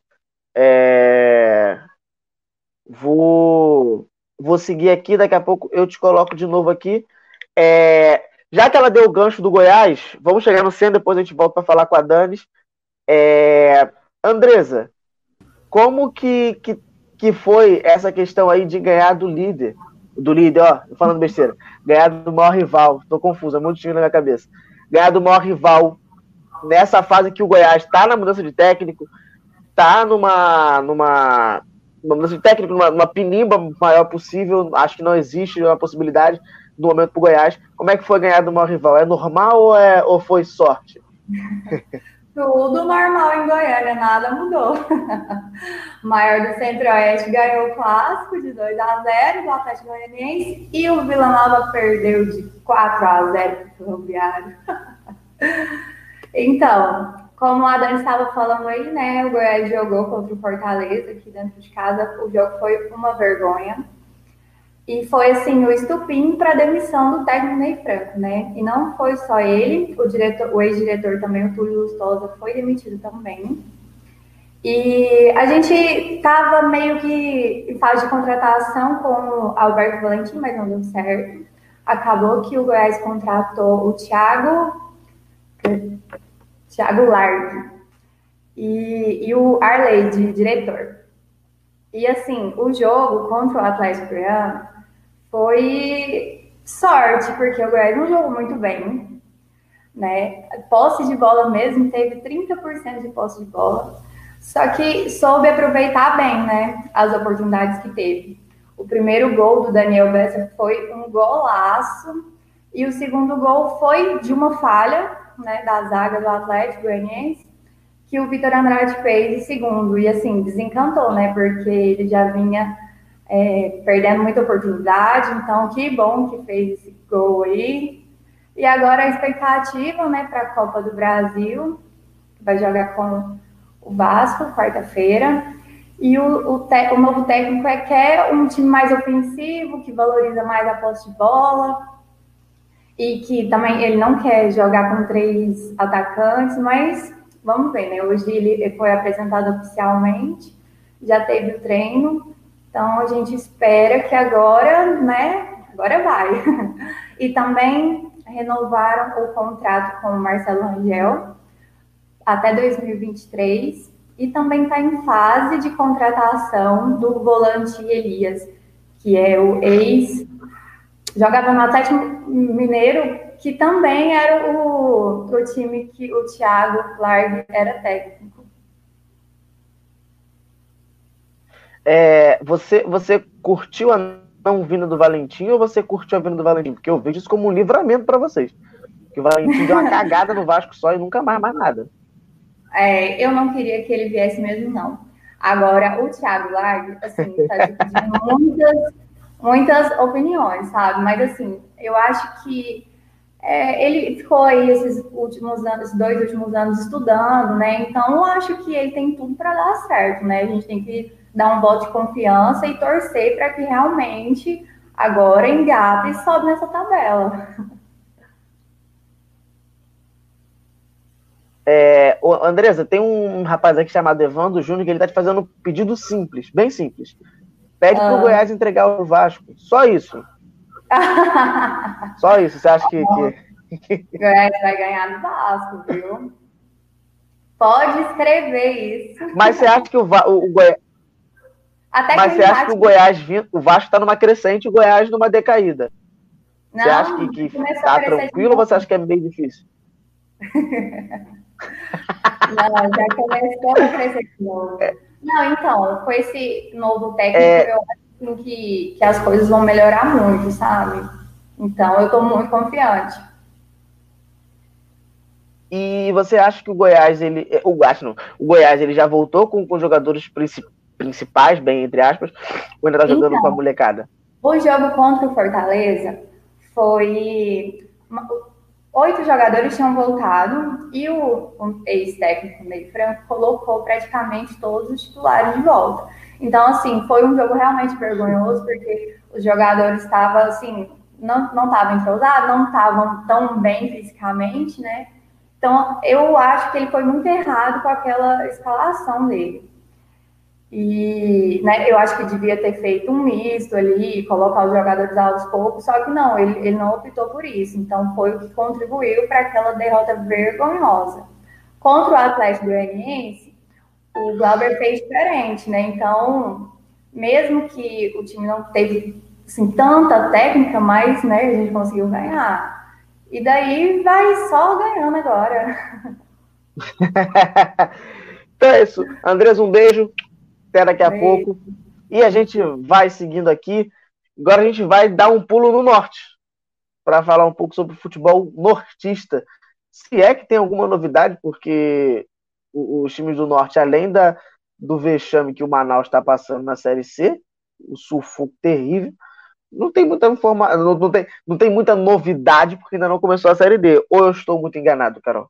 Vou seguir aqui, daqui a pouco eu te coloco de novo aqui. Já que ela deu o gancho do Goiás, vamos chegar no centro, depois a gente volta para falar com a Danis. Andresa, como que foi essa questão aí de ganhar do líder, ó, falando besteira, ganhar do maior rival, tô confuso, é muito time na minha cabeça, ganhar do maior rival nessa fase que o Goiás está na mudança de técnico, está numa mudança de técnico, numa pinimba maior possível, acho que não existe uma possibilidade do momento para o Goiás. Como é que foi ganhar do maior rival? É normal ou foi sorte? Tudo normal em Goiânia, nada mudou. O maior do Centro-Oeste ganhou o clássico de 2-0 do Atlético Goianiense e o Vila Nova perdeu de 4-0 para o Ferroviário. Então, como a Dani estava falando aí, né, o Goiás jogou contra o Fortaleza aqui dentro de casa, o jogo foi uma vergonha. E foi, assim, o estupim para a demissão do técnico Ney Franco, né? E não foi só ele, o ex-diretor também, o Túlio Lustosa, foi demitido também. E a gente estava meio que em fase de contratação com o Alberto Valentim, mas não deu certo. Acabou que o Goiás contratou o Thiago Largue e o Arley, de diretor. E, assim, o jogo contra o Atlético Goiano foi sorte, porque o Goiás não jogou muito bem, né? Posse de bola mesmo, teve 30% de posse de bola, só que soube aproveitar bem, né, as oportunidades que teve. O primeiro gol do Daniel Bessa foi um golaço, e o segundo gol foi de uma falha, né, da zaga do Atlético Goianiense, que o Vitor Andrade fez de segundo, e assim, desencantou, né, porque ele já vinha perdendo muita oportunidade, então que bom que fez esse gol aí. E agora a expectativa, né, para a Copa do Brasil, que vai jogar com o Vasco, quarta-feira, e o novo técnico quer um time mais ofensivo, que valoriza mais a posse de bola, e que também ele não quer jogar com 3 atacantes, mas vamos ver, né? Hoje ele foi apresentado oficialmente, já teve o treino, então a gente espera que agora, né? Agora vai. E também renovaram o contrato com o Marcelo Rangel até 2023 e também está em fase de contratação do volante Elias, que é o ex, jogava no Atlético Mineiro, que também era o time que o Thiago Largue era técnico. Você curtiu a não vinda do Valentim ou você curtiu a vinda do Valentim? Porque eu vejo isso como um livramento para vocês. Que o Valentim deu uma cagada no Vasco só e nunca mais nada. Eu não queria que ele viesse mesmo, não. Agora, o Thiago Largue, assim, tá dividindo muitas opiniões, sabe? Mas, assim, eu acho que ele ficou aí esses 2 últimos anos estudando, né? Então, eu acho que ele tem tudo para dar certo, né? A gente tem que dar um voto de confiança e torcer para que realmente agora engata e sobe nessa tabela. Andresa, tem um rapaz aqui chamado Evandro Júnior que ele tá te fazendo um pedido simples, bem simples. Pede pro Goiás entregar o Vasco. Só isso. Só isso. Você acha que... O Goiás vai ganhar do Vasco, viu? Pode escrever isso. Mas você acha que o Goiás... Mas você acha que o Goiás o Vasco tá numa crescente e o Goiás numa decaída? Não, você acha que tá tranquilo ou você acha que é meio difícil? Não, já começou a crescer de novo. Não, então, com esse novo técnico, eu acho que as coisas vão melhorar muito, sabe? Então, eu tô muito confiante. E você acha que o Goiás, o Goiás, ele já voltou com jogadores principais, bem entre aspas, ou ainda tá jogando com a molecada? O jogo contra o Fortaleza foi... 8 jogadores tinham voltado e o ex-técnico Ney Franco colocou praticamente todos os titulares de volta. Então, assim, foi um jogo realmente vergonhoso, porque os jogadores estavam, assim, não estavam entrosados, não estavam tão bem fisicamente, né? Então, eu acho que ele foi muito errado com aquela escalação dele. E, né, eu acho que devia ter feito um misto ali, colocar os jogadores aos poucos, só que não, ele não optou por isso. Então, foi o que contribuiu para aquela derrota vergonhosa. Contra o Atlético Goianiense, o Glauber fez diferente, né? Então, mesmo que o time não teve assim, tanta técnica, mas né, a gente conseguiu ganhar. E daí vai só ganhando agora. Então é isso. Andrés, um beijo. Até daqui a pouco. E a gente vai seguindo aqui. Agora a gente vai dar um pulo no norte para falar um pouco sobre o futebol nortista. Se é que tem alguma novidade, porque os times do norte, além do vexame que o Manaus está passando na Série C, o sufoco terrível, não tem muita informação, não tem muita novidade, porque ainda não começou a Série D. Ou eu estou muito enganado, Carol?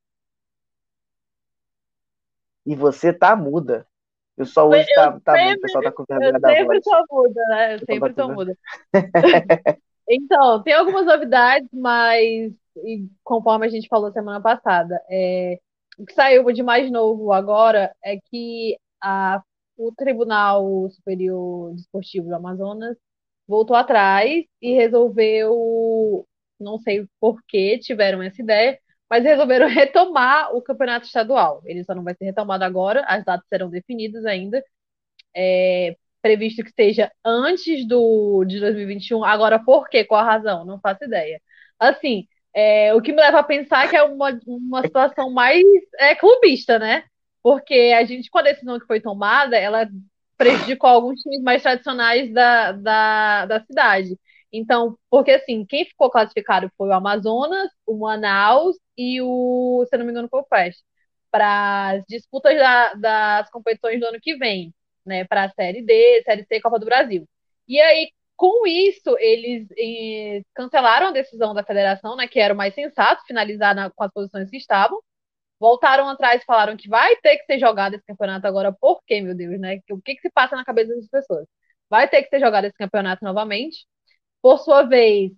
E você tá muda. Eu só hoje tá mudo, o pessoal tá com vergonha da voz. Eu sempre tô muda, né? Eu sempre tô muda. Então, tem algumas novidades, mas conforme a gente falou semana passada, o que saiu de mais novo agora é que o Tribunal Superior Desportivo do Amazonas voltou atrás e resolveu, não sei por que tiveram essa ideia, mas resolveram retomar o campeonato estadual. Ele só não vai ser retomado agora, as datas serão definidas ainda. Previsto que seja antes de 2021. Agora, por quê? Qual a razão? Não faço ideia. Assim, o que me leva a pensar que é uma situação mais clubista, né? Porque com a decisão que foi tomada, ela prejudicou alguns times mais tradicionais da cidade. Então, porque assim, quem ficou classificado foi o Amazonas, o Manaus e se eu não me engano, foi o Oeste, para as disputas das competições do ano que vem, né, para a Série D, Série C, Copa do Brasil. E aí, com isso, eles cancelaram a decisão da federação, né, que era o mais sensato, finalizar com as posições que estavam, voltaram atrás e falaram que vai ter que ser jogado esse campeonato agora. Por quê, meu Deus, né? O que se passa na cabeça das pessoas? Vai ter que ser jogado esse campeonato novamente. Por sua vez,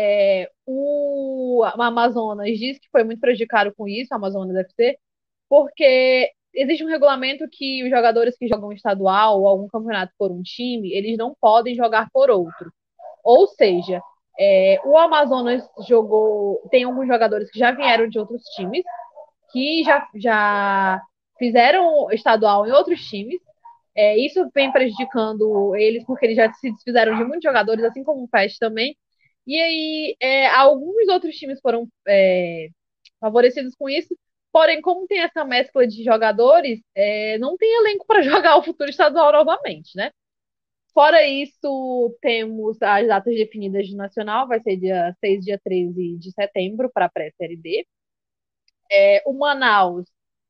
o Amazonas disse que foi muito prejudicado com isso, o Amazonas FC, porque existe um regulamento que os jogadores que jogam estadual ou algum campeonato por um time, eles não podem jogar por outro. Ou seja, o Amazonas tem alguns jogadores que já vieram de outros times, que já fizeram estadual em outros times, Isso vem prejudicando eles, porque eles já se desfizeram de muitos jogadores, assim como o PES também. E aí, alguns outros times foram favorecidos com isso. Porém, como tem essa mescla de jogadores, não tem elenco para jogar o futuro estadual novamente, né? Fora isso, temos as datas definidas do Nacional, vai ser dia 6, dia 13 de setembro para a pré-série D. O Manaus,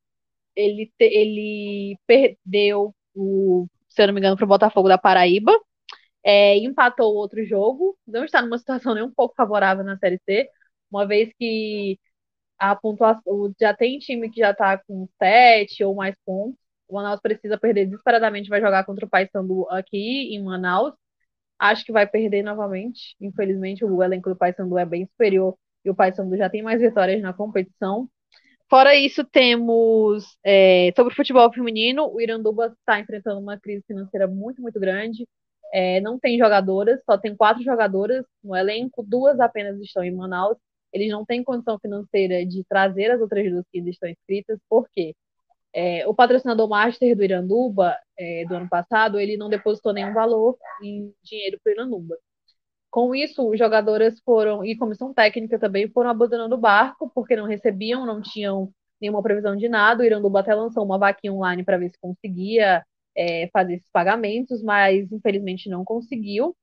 ele perdeu, se eu não me engano, para o Botafogo da Paraíba, empatou outro jogo, não está numa situação nem um pouco favorável na Série C, uma vez que a pontuação já tem time que já está com 7 ou mais pontos. O Manaus precisa perder desesperadamente, vai jogar contra o Paysandu aqui em Manaus. Acho que vai perder novamente. Infelizmente, o elenco do Paysandu é bem superior e o Paysandu já tem mais vitórias na competição. Fora isso, temos sobre o futebol feminino, o Iranduba está enfrentando uma crise financeira muito, muito grande. Não tem jogadoras, só tem 4 jogadoras no elenco, 2 apenas estão em Manaus. Eles não têm condição financeira de trazer as outras 2 que ainda estão inscritas, por quê? O patrocinador master do Iranduba, do ano passado, ele não depositou nenhum valor em dinheiro para o Iranduba. Com isso, os jogadoras foram, e comissão técnica também, foram abandonando o barco, porque não recebiam, não tinham nenhuma previsão de nada. O Iranduba até lançou uma vaquinha online para ver se conseguia fazer esses pagamentos, mas infelizmente não conseguiu.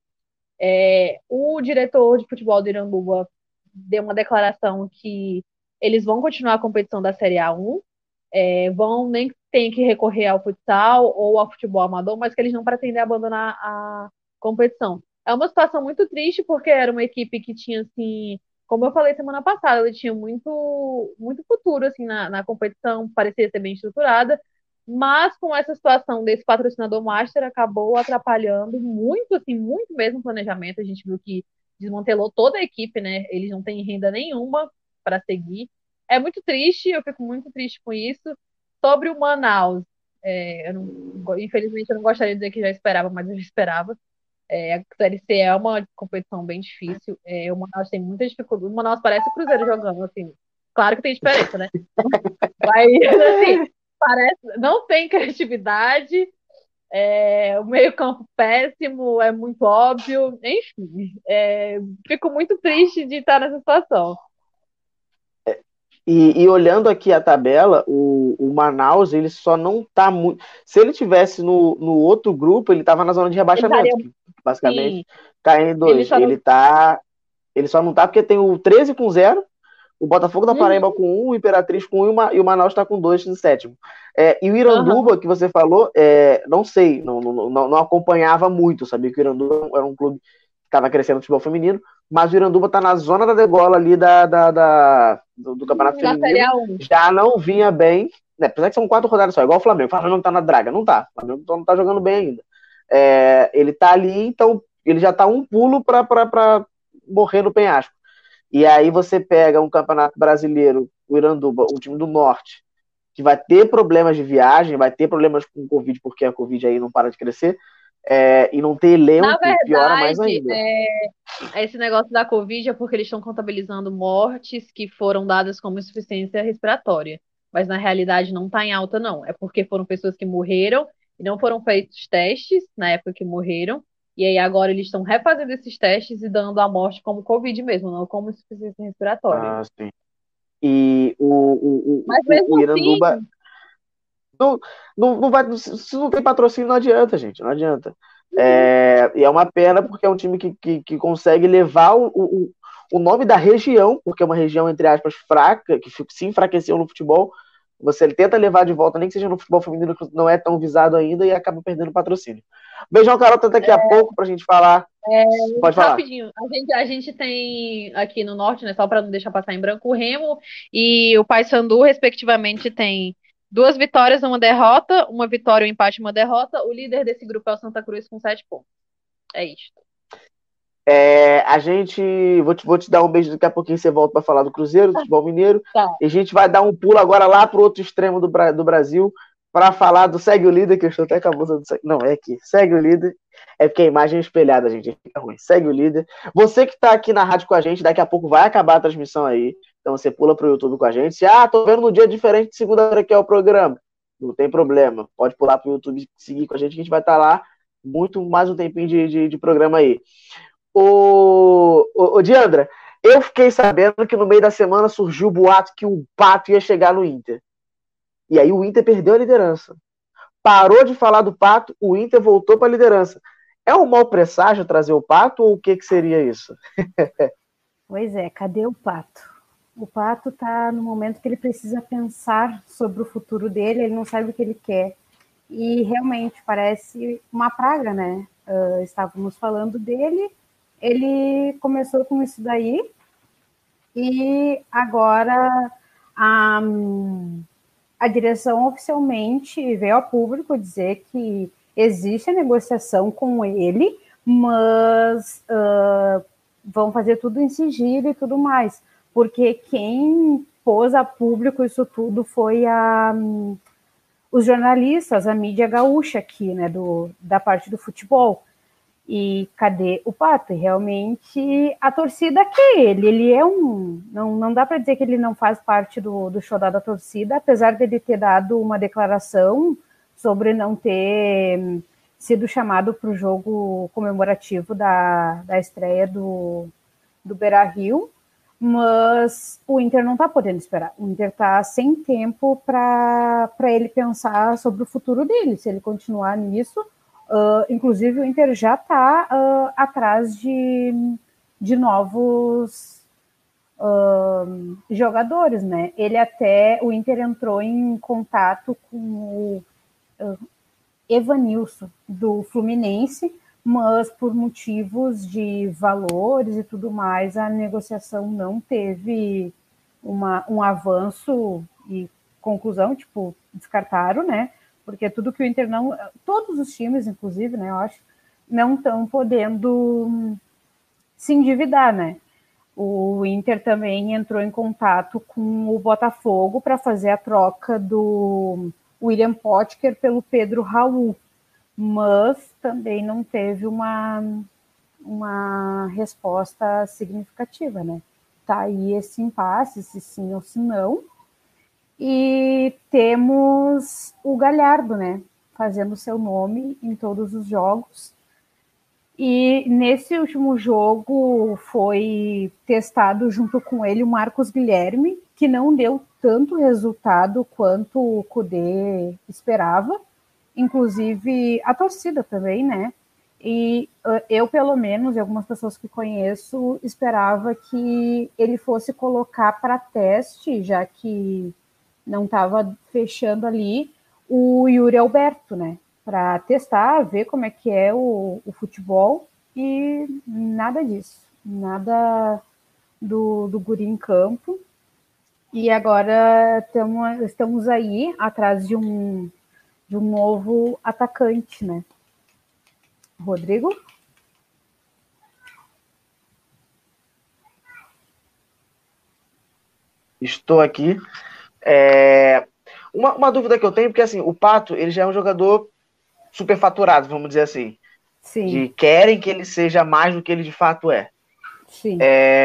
O diretor de futebol do Iranduba deu uma declaração que eles vão continuar a competição da Série A1, nem tem que recorrer ao futsal ou ao futebol amador, mas que eles não pretendem abandonar a competição. É uma situação muito triste, porque era uma equipe que tinha, assim, como eu falei semana passada, ela tinha muito, muito futuro, assim, na competição, parecia ser bem estruturada, mas com essa situação desse patrocinador master, acabou atrapalhando muito, assim, muito mesmo o planejamento. A gente viu que desmantelou toda a equipe, né? Eles não têm renda nenhuma para seguir. É muito triste, eu fico muito triste com isso. Sobre o Manaus, infelizmente eu não gostaria de dizer que já esperava, mas eu já esperava. A Série C é uma competição bem difícil. O Manaus tem muita dificuldade. O Manaus parece o Cruzeiro jogando, assim. Claro que tem diferença, né? Mas, assim, não tem criatividade. O meio-campo péssimo, é muito óbvio. Enfim, fico muito triste de estar nessa situação. E olhando aqui a tabela, o Manaus, ele só não tá muito. Se ele tivesse no outro grupo, ele estava na zona de rebaixamento, basicamente. Caindo em 2. Ele só não tá porque tem o 13 com 0, o Botafogo da Paraíba com 1, o Imperatriz com 1 e o Manaus está com 2 no 7º. E o Iranduba, que você falou, não sei, não acompanhava muito, sabia que o Iranduba era um clube que estava crescendo no futebol feminino, mas o Iranduba está na zona da degola ali do Campeonato Feminino. Já não vinha bem, né? Apesar que são 4 rodadas só, igual o Flamengo. O Flamengo tá na draga, não tá. O Flamengo não tá jogando bem ainda. Ele tá ali, então ele já tá um pulo para morrer no penhasco. E aí você pega um Campeonato Brasileiro, o Iranduba, um time do Norte, que vai ter problemas de viagem, vai ter problemas com o Covid, porque a Covid aí não para de crescer. E não ter elenco, na verdade, piora mais ainda. Esse negócio da Covid é porque eles estão contabilizando mortes que foram dadas como insuficiência respiratória. Mas na realidade não está em alta, não. É porque foram pessoas que morreram e não foram feitos testes na época que morreram. E aí agora eles estão refazendo esses testes e dando a morte como Covid mesmo, não como insuficiência respiratória. Ah, sim. E Mas mesmo o Iranduba... assim... Não vai, se não tem patrocínio, não adianta, gente. Não adianta. E é uma pena porque é um time que consegue levar o nome da região, porque é uma região, entre aspas, fraca, que se enfraqueceu no futebol. Você tenta levar de volta, nem que seja no futebol feminino, que não é tão visado ainda, e acaba perdendo patrocínio. Beijão, Carol, até daqui a pouco pra gente falar. Pode falar. Rapidinho, a gente tem aqui no Norte, né, só para não deixar passar em branco, o Remo e o Paysandu, respectivamente, tem 2 vitórias, 1 derrota, 1 vitória, 1 empate, 1 derrota. O líder desse grupo é o Santa Cruz com 7 pontos. É isso. A gente... Vou te dar um beijo, daqui a pouquinho você volta para falar do Cruzeiro, do futebol mineiro. Tá. E a gente vai dar um pulo agora lá pro outro extremo do Brasil para falar do Segue o Líder, que eu estou até com a bolsa do... Não, é aqui. Segue o Líder. É porque a imagem é espelhada, gente. Fica ruim. Segue o Líder. Você que está aqui na rádio com a gente, daqui a pouco vai acabar a transmissão aí. Então você pula pro YouTube com a gente. Tô vendo no dia diferente de segunda-feira que é o programa. Não tem problema. Pode pular pro YouTube e seguir com a gente, que a gente vai estar lá muito mais um tempinho de programa aí. Ô, Diandra, eu fiquei sabendo que no meio da semana surgiu o boato que o Pato ia chegar no Inter. E aí o Inter perdeu a liderança. Parou de falar do Pato, o Inter voltou para a liderança. É um mau presságio trazer o Pato ou o que seria isso? Pois é, cadê o Pato? O Pato está no momento que ele precisa pensar sobre o futuro dele, ele não sabe o que ele quer. E realmente parece uma praga, né? Estávamos falando dele, ele começou com isso daí, e agora a direção oficialmente veio ao público dizer que existe a negociação com ele, mas vão fazer tudo em sigilo e tudo mais, porque quem pôs a público isso tudo foi os jornalistas, a mídia gaúcha aqui, né, da parte do futebol. E cadê o Pato? Realmente a torcida quer ele é não dá para dizer que ele não faz parte do xodó da torcida, apesar dele ter dado uma declaração sobre não ter sido chamado para o jogo comemorativo da estreia do Beira-Rio, mas o Inter não está podendo esperar. O Inter está sem tempo para ele pensar sobre o futuro dele, se ele continuar nisso. Inclusive o Inter já está atrás de novos jogadores, né? O Inter entrou em contato com o Evanilson do Fluminense, mas por motivos de valores e tudo mais, a negociação não teve um avanço e conclusão, tipo, descartaram, né? Porque tudo que o Inter não... Todos os times, inclusive, né, eu acho, não estão podendo se endividar, né? O Inter também entrou em contato com o Botafogo para fazer a troca do William Potker pelo Pedro Raul, mas também não teve uma resposta significativa, né? Tá aí esse impasse, se sim ou se não. E temos o Galhardo, né, fazendo seu nome em todos os jogos. E nesse último jogo foi testado junto com ele o Marcos Guilherme, que não deu tanto resultado quanto o Kudê esperava, inclusive a torcida também, né? E eu, pelo menos, e algumas pessoas que conheço, esperava que ele fosse colocar para teste, já que não estava fechando ali, o Yuri Alberto, né? Para testar, ver como é que é o futebol, e nada disso, nada do guri em campo. E agora estamos aí atrás de um novo atacante, né? Rodrigo? Estou aqui. Uma dúvida que eu tenho, porque assim, o Pato, ele já é um jogador superfaturado, vamos dizer assim. Sim. Querem que ele seja mais do que ele de fato é. Sim.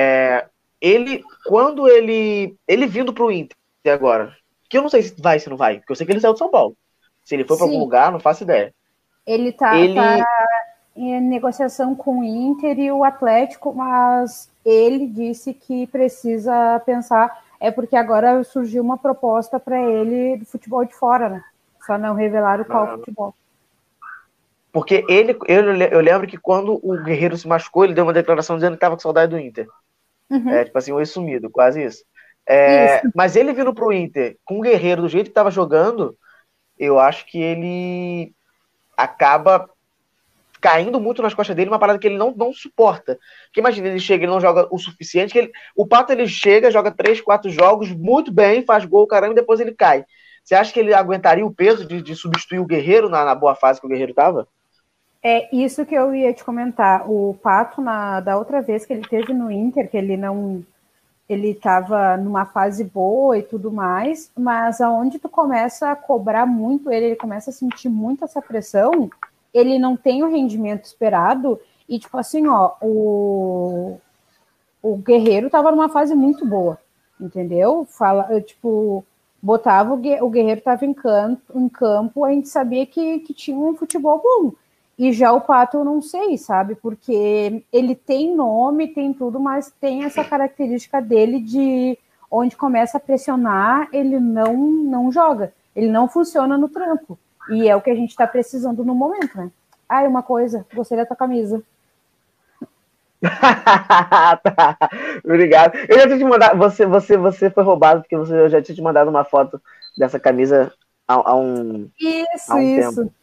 Quando ele vindo pro Inter agora, que eu não sei se vai, se não vai, porque eu sei que ele saiu de São Paulo. Se ele foi para algum lugar, não faço ideia. Ele tá em negociação com o Inter e o Atlético, mas ele disse que precisa pensar, porque agora surgiu uma proposta para ele do futebol de fora, né? Só não revelaram qual futebol. Porque eu lembro que quando o Guerreiro se machucou, ele deu uma declaração dizendo que estava com saudade do Inter. Uhum. Tipo assim, um ex-sumido, quase isso. Mas ele vindo pro Inter com o Guerreiro do jeito que estava jogando, eu acho que ele acaba caindo muito nas costas dele, uma parada que ele não suporta. Porque imagina, ele chega, ele não joga o suficiente, o Pato ele chega, joga 3, 4 jogos muito bem, faz gol, caramba, e depois ele cai. Você acha que ele aguentaria o peso de substituir o Guerreiro na boa fase que o Guerreiro estava? É isso que eu ia te comentar. O Pato, da outra vez que ele teve no Inter, que ele estava numa fase boa e tudo mais, mas aonde tu começa a cobrar muito ele começa a sentir muito essa pressão, ele não tem o rendimento esperado, e tipo assim, o Guerreiro estava numa fase muito boa, entendeu? Botava o Guerreiro estava em campo, a gente sabia que tinha um futebol bom. E já o Pato eu não sei, sabe? Porque ele tem nome, tem tudo, mas tem essa característica dele de onde começa a pressionar, ele não joga. Ele não funciona no trampo. E é o que a gente está precisando no momento, né? Ah, e uma coisa, gostei da tua camisa. Tá. Obrigado. Eu já tinha te mandado. Você foi roubado, porque eu já tinha te mandado uma foto dessa camisa há um Isso. tempo.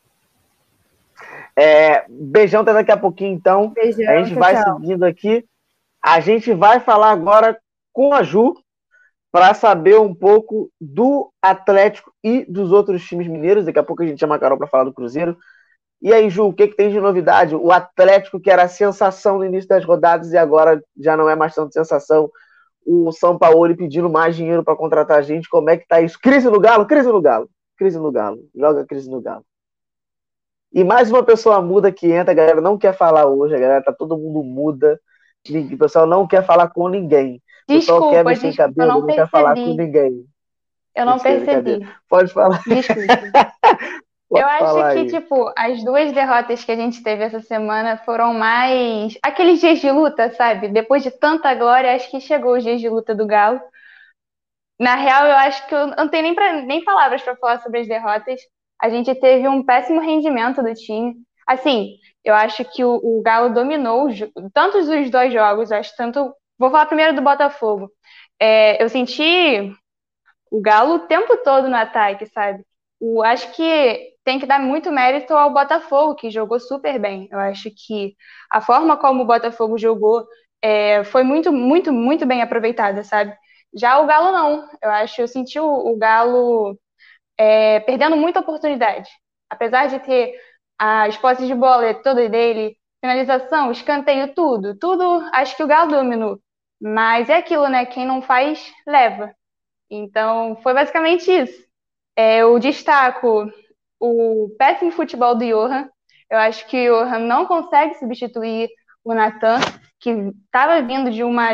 Beijão até daqui a pouquinho, então. Beijão, a gente vai tchau. seguindo aqui. A gente vai falar agora com a Ju para saber um pouco do Atlético e dos outros times mineiros. Daqui a pouco a gente chama a Carol para falar do Cruzeiro. E aí, Ju, o que tem de novidade? O Atlético, que era a sensação no início das rodadas e agora já não é mais tanto sensação. O São Paulo pedindo mais dinheiro para contratar gente. Como é que tá isso? Crise no Galo? Crise no Galo. Crise no Galo. Joga crise no Galo. E mais uma pessoa muda que entra, a galera não quer falar hoje, a galera tá todo mundo muda. O pessoal não quer falar com ninguém. O pessoal quer mexer em cabelo, não quer falar com ninguém. Eu não percebi. Pode falar. Desculpa. Pode eu acho falar que, aí. tipo, as duas derrotas que a gente teve essa semana foram mais aqueles dias de luta, sabe? Depois de tanta glória, acho que chegou os dias de luta do Galo. Na real, eu acho que eu não tenho nem palavras para falar sobre as derrotas. A gente teve um péssimo rendimento do time. Assim, eu acho que o Galo dominou tanto os dois jogos, acho tanto. Vou falar primeiro do Botafogo. Eu senti o Galo o tempo todo no ataque, sabe? Acho que tem que dar muito mérito ao Botafogo, que jogou super bem. Eu acho que a forma como o Botafogo jogou foi muito, muito, muito bem aproveitada, sabe? Já o Galo não. Eu senti o Galo perdendo muita oportunidade. Apesar de ter as posses de bola toda dele, finalização, escanteio, tudo, acho que o Galo dominou. Mas é aquilo, né? Quem não faz, leva. Então, foi basicamente isso. Eu destaco o péssimo futebol do Johan. Eu acho que o Johan não consegue substituir o Natan, que estava vindo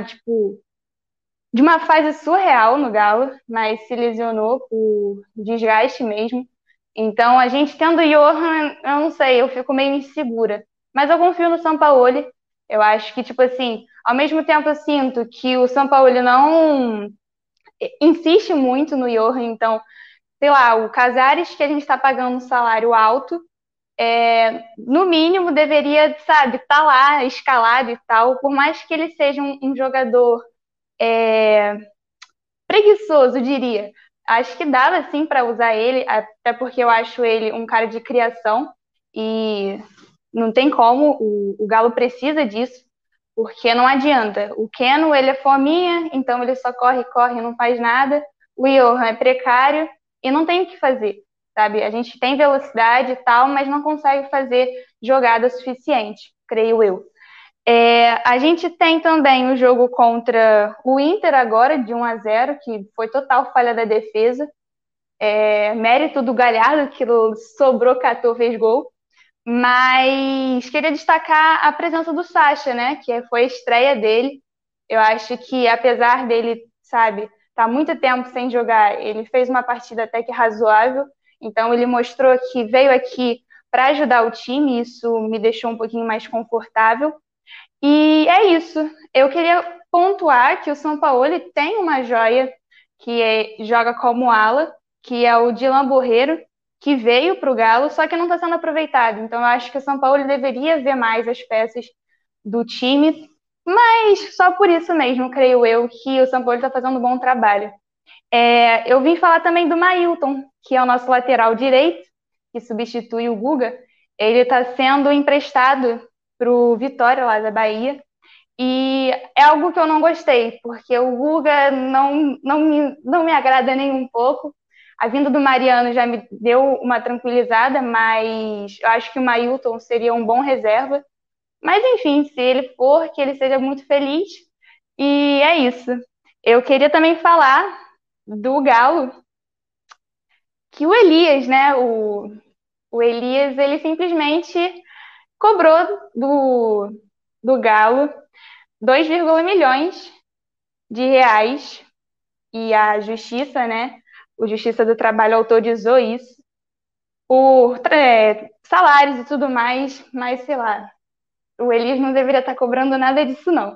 de uma fase surreal no Galo, mas se lesionou por desgaste mesmo. Então, a gente tendo o Johan, eu não sei, eu fico meio insegura. Mas eu confio no Sampaoli. Eu acho que, tipo assim, ao mesmo tempo eu sinto que o Sampaoli não insiste muito no Johan, então, sei lá, o Casares, que a gente está pagando um salário alto, no mínimo deveria, sabe, estar lá, escalado e tal, por mais que ele seja um jogador preguiçoso, diria. Acho que dava sim para usar ele, até porque eu acho ele um cara de criação e não tem como, o Galo precisa disso, porque não adianta. O Keno, ele é fominha, então ele só corre, corre, não faz nada. O Johan é precário e não tem o que fazer, sabe? A gente tem velocidade e tal, mas não consegue fazer jogada suficiente, creio eu. A gente tem também o jogo contra o Inter agora, de 1-0, que foi total falha da defesa. Mérito do Galhardo, que sobrou, catou, fez gol. Mas queria destacar a presença do Sacha, né? Que foi a estreia dele. Eu acho que, apesar dele, sabe, tá muito tempo sem jogar, ele fez uma partida até que razoável. Então, ele mostrou que veio aqui para ajudar o time. Isso me deixou um pouquinho mais confortável. E é isso. Eu queria pontuar que o Sampaoli tem uma joia que joga como ala, que é o Dylan Borreiro, que veio para o Galo, só que não está sendo aproveitado. Então, eu acho que o Sampaoli deveria ver mais as peças do time, mas só por isso mesmo, creio eu, que o Sampaoli está fazendo um bom trabalho. Eu vim falar também do Mailton, que é o nosso lateral direito, que substitui o Guga. Ele está sendo emprestado para o Vitória, lá da Bahia, e é algo que eu não gostei, porque o Guga não me agrada nem um pouco. A vinda do Mariano já me deu uma tranquilizada, mas eu acho que o Mailton seria um bom reserva. Mas enfim, se ele for, que ele seja muito feliz. E é isso. Eu queria também falar do Galo, que o Elias, né? O Elias, ele simplesmente cobrou do Galo 2, milhões de reais, e a justiça, né, O Justiça do Trabalho autorizou isso por salários e tudo mais, mas sei lá, o Elias não deveria estar cobrando nada disso, não.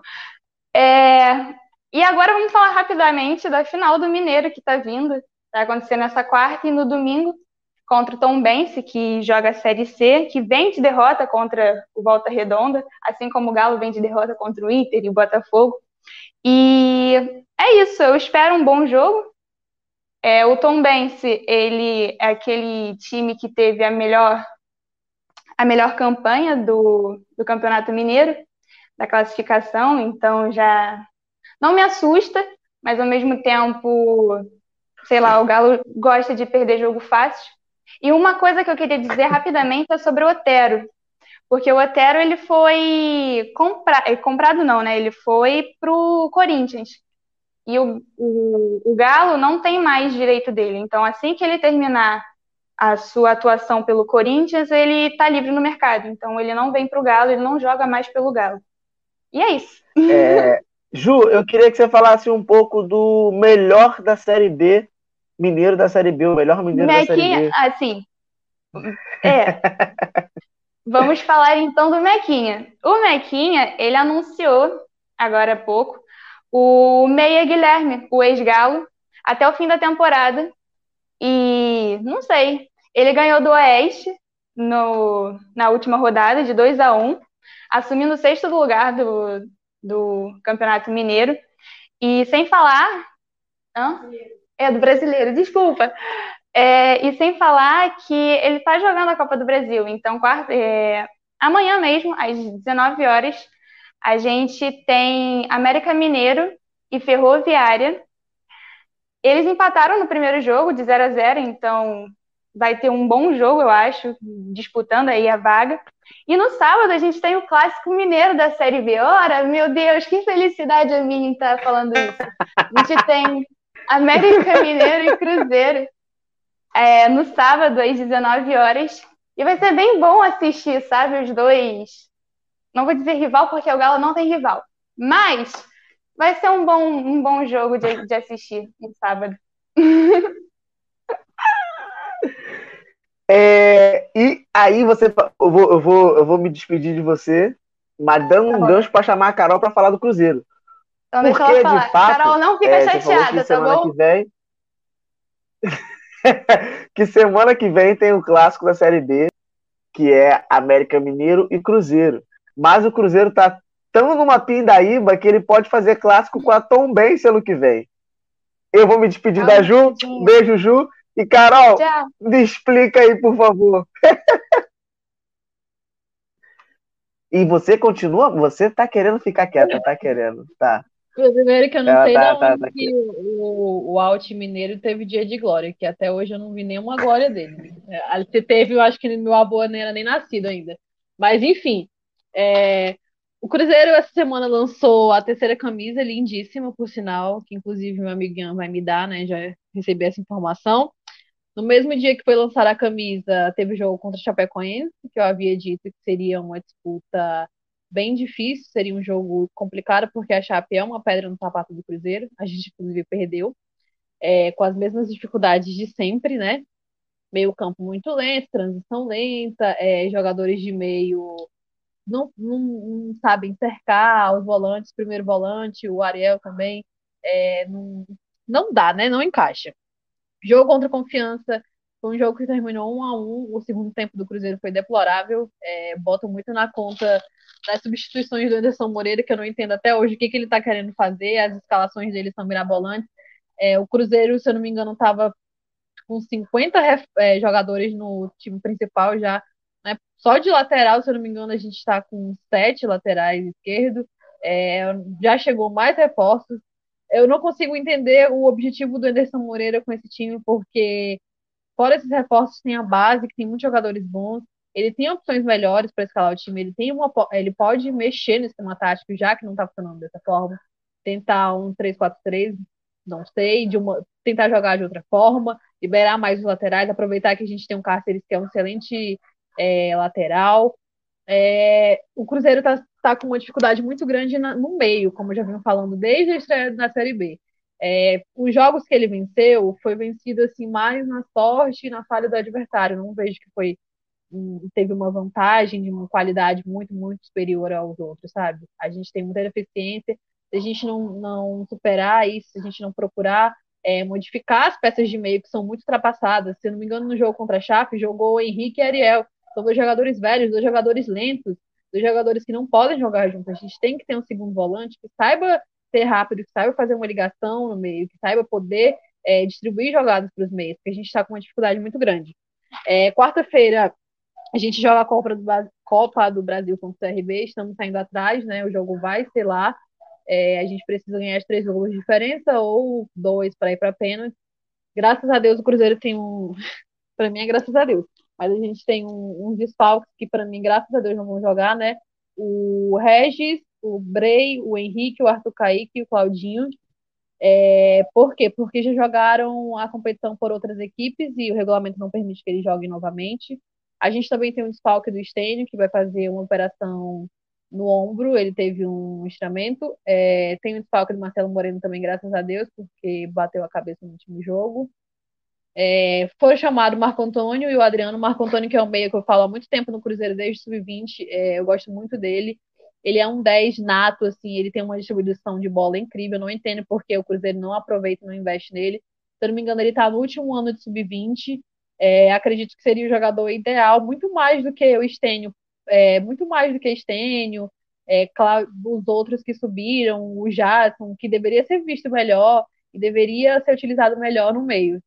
E agora vamos falar rapidamente da final do Mineiro que está vindo. Vai acontecer nessa quarta e no domingo contra o Tombense, que joga a Série C, que vem de derrota contra o Volta Redonda, assim como o Galo vem de derrota contra o Inter e o Botafogo. E é isso, eu espero um bom jogo. O Tombense, ele é aquele time que teve a melhor campanha do Campeonato Mineiro, da classificação, então já não me assusta, mas ao mesmo tempo, sei lá, o Galo gosta de perder jogo fácil. E uma coisa que eu queria dizer rapidamente é sobre o Otero, porque o Otero ele foi comprado não, né? Ele foi pro Corinthians. E o Galo não tem mais direito dele. Então, assim que ele terminar a sua atuação pelo Corinthians, ele está livre no mercado. Então, ele não vem pro Galo, ele não joga mais pelo Galo. E é isso. Ju, eu queria que você falasse um pouco do melhor da Série B, Mineiro da Série B, o melhor Mineiro da Série B. Assim, vamos falar então do Mequinha. O Mequinha, ele anunciou, agora há pouco, o Meia Guilherme, o ex-Galo, até o fim da temporada. E, não sei, ele ganhou do Oeste na última rodada, de 2-1, assumindo o 6º lugar do Campeonato Mineiro. E sem falar... do Brasileiro, desculpa. E sem falar que ele está jogando a Copa do Brasil. Então, amanhã mesmo, às 19 horas, a gente tem América Mineiro e Ferroviária. Eles empataram no primeiro jogo, de 0-0, então vai ter um bom jogo, eu acho, disputando aí a vaga. E no sábado a gente tem o Clássico Mineiro da Série B. Ora, meu Deus, que felicidade a mim estar falando isso. A gente tem América Mineiro e Cruzeiro no sábado, às 19 horas. E vai ser bem bom assistir, sabe? Os dois. Não vou dizer rival, porque o Galo não tem rival. Mas vai ser um bom jogo de assistir no sábado. E aí eu vou me despedir de você, mas dando um gancho para chamar a Carol para falar do Cruzeiro. Então deixa ela falar. De fato, Carol, não fica chateada, tá bom? Que semana que vem tem o clássico da Série B, que é América Mineiro e Cruzeiro. Mas o Cruzeiro tá tão numa pindaíba que ele pode fazer clássico com a Tombense ano que vem. Eu vou me despedir da Ju. Beijo, Ju. E Carol, me explica aí, por favor. E você continua? Você tá querendo ficar quieta, tá querendo, tá? Primeiro que eu não sei que o Alt Mineiro teve dia de glória, que até hoje eu não vi nenhuma glória dele. Se teve, eu acho que meu avô não era nem nascido ainda. Mas, enfim, o Cruzeiro essa semana lançou a 3ª camisa, lindíssima, por sinal, que inclusive meu amiguinho vai me dar, né? Já recebi essa informação. No mesmo dia que foi lançada a camisa, teve jogo contra o Chapecoense, que eu havia dito que seria uma disputa bem difícil, seria um jogo complicado, porque a Chape é uma pedra no sapato do Cruzeiro, a gente inclusive perdeu, com as mesmas dificuldades de sempre, né? Meio campo muito lento, transição lenta, jogadores de meio não sabem cercar os volantes, primeiro volante, o Ariel também, não dá, né? Não encaixa. Jogo contra Confiança, foi um jogo que terminou 1-1. O segundo tempo do Cruzeiro foi deplorável. Boto muito na conta das substituições do Anderson Moreira, que eu não entendo até hoje o que ele está querendo fazer. As escalações dele são mirabolantes. O Cruzeiro, se eu não me engano, estava com 50 jogadores no time principal já. Né? Só de lateral, se eu não me engano, a gente está com 7 laterais esquerdos. Já chegou mais reforços. Eu não consigo entender o objetivo do Anderson Moreira com esse time, porque fora esses reforços tem a base, que tem muitos jogadores bons, ele tem opções melhores para escalar o time, ele pode mexer no sistema tático, já que não está funcionando dessa forma, tentar um 3-4-3, não sei, tentar jogar de outra forma, liberar mais os laterais, aproveitar que a gente tem um Cáceres que é um excelente lateral. O Cruzeiro está com uma dificuldade muito grande no meio, como eu já venho falando desde a estreia na Série B. Os jogos que ele venceu foi vencido assim mais na sorte e na falha do adversário. Não vejo que teve uma vantagem de uma qualidade muito, muito superior aos outros, sabe? A gente tem muita deficiência. Se a gente não superar isso, se a gente não procurar modificar as peças de meio que são muito ultrapassadas. Se eu não me engano, no jogo contra a Chape, jogou o Henrique e Ariel. São dois jogadores velhos, dois jogadores lentos, dois jogadores que não podem jogar juntos. A gente tem que ter um segundo volante que saiba ser rápido, que saiba fazer uma ligação no meio, que saiba poder distribuir jogadas para os meios, porque a gente está com uma dificuldade muito grande. Quarta-feira, a gente joga a Copa do Brasil contra o CRB, estamos saindo atrás, né? O jogo vai ser lá. A gente precisa ganhar de 3 gols de diferença ou 2 para ir para pênalti. Graças a Deus o Cruzeiro tem para mim é graças a Deus, mas a gente tem uns desfalques que para mim, graças a Deus, não vão jogar, né? O Regis, o Brei, o Henrique, o Arthur Kaique e o Claudinho. Por quê? Porque já jogaram a competição por outras equipes e o regulamento não permite que eles joguem novamente. A gente também tem um desfalque do Stênio, que vai fazer uma operação no ombro, ele teve um estiramento. Tem um desfalque do Marcelo Moreno também, graças a Deus, porque bateu a cabeça no último jogo. Foi chamado o Marco Antônio e o Adriano. Marco Antônio, que é um meia que eu falo há muito tempo no Cruzeiro, desde o Sub-20, eu gosto muito dele. Ele é um 10 nato, assim, ele tem uma distribuição de bola incrível. Eu não entendo porque o Cruzeiro não aproveita e não investe nele. Se eu não me engano, ele está no último ano de Sub-20. Acredito que seria o jogador ideal, muito mais do que o Stênio, muito mais do que Stênio, claro, os outros que subiram, o Jadson, que deveria ser visto melhor e deveria ser utilizado melhor no meio.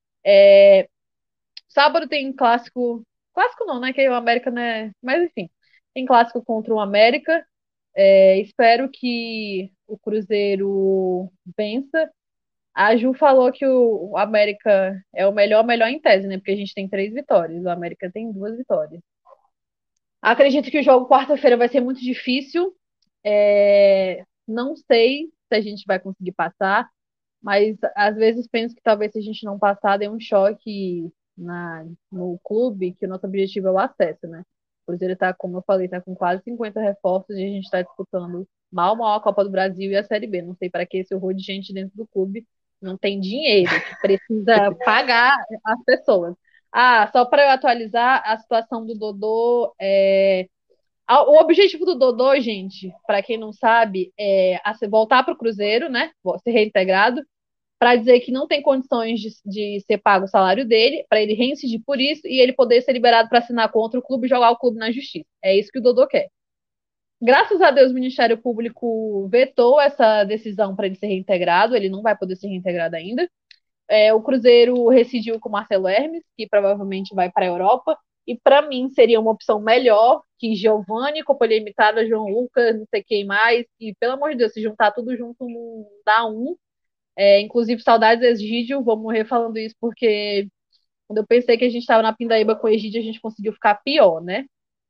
Sábado tem clássico não, né, que o América, né, mas enfim, tem clássico contra o América. Espero que o Cruzeiro vença. A Ju falou que o América é o melhor em tese, né? Porque a gente tem 3 vitórias, o América tem 2 vitórias. Acredito que o jogo quarta-feira vai ser muito difícil. Não sei se a gente vai conseguir passar, mas às vezes penso que talvez se a gente não passar, dê um choque no clube, que o nosso objetivo é o acesso, né? O Cruzeiro está, como eu falei, está com quase 50 reforços e a gente está disputando mal a Copa do Brasil e a Série B. Não sei para que esse horror de gente dentro do clube, não tem dinheiro, que precisa pagar as pessoas. Só para eu atualizar a situação do Dodô. O objetivo do Dodô, gente, para quem não sabe, é voltar para o Cruzeiro, né? Ser reintegrado, para dizer que não tem condições de ser pago o salário dele, para ele reincidir por isso e ele poder ser liberado para assinar contra o clube e jogar o clube na justiça. É isso que o Dodô quer. Graças a Deus, o Ministério Público vetou essa decisão para ele ser reintegrado, ele não vai poder ser reintegrado ainda. O Cruzeiro rescindiu com o Marcelo Hermes, que provavelmente vai para a Europa, e para mim seria uma opção melhor que Giovani, Companhia Limitada, João Lucas, não sei quem mais, e pelo amor de Deus, se juntar tudo junto não dá um. Inclusive, saudades do Egídio, vou morrer falando isso, porque quando eu pensei que a gente estava na pindaíba com o Egídio, a gente conseguiu ficar pior, né?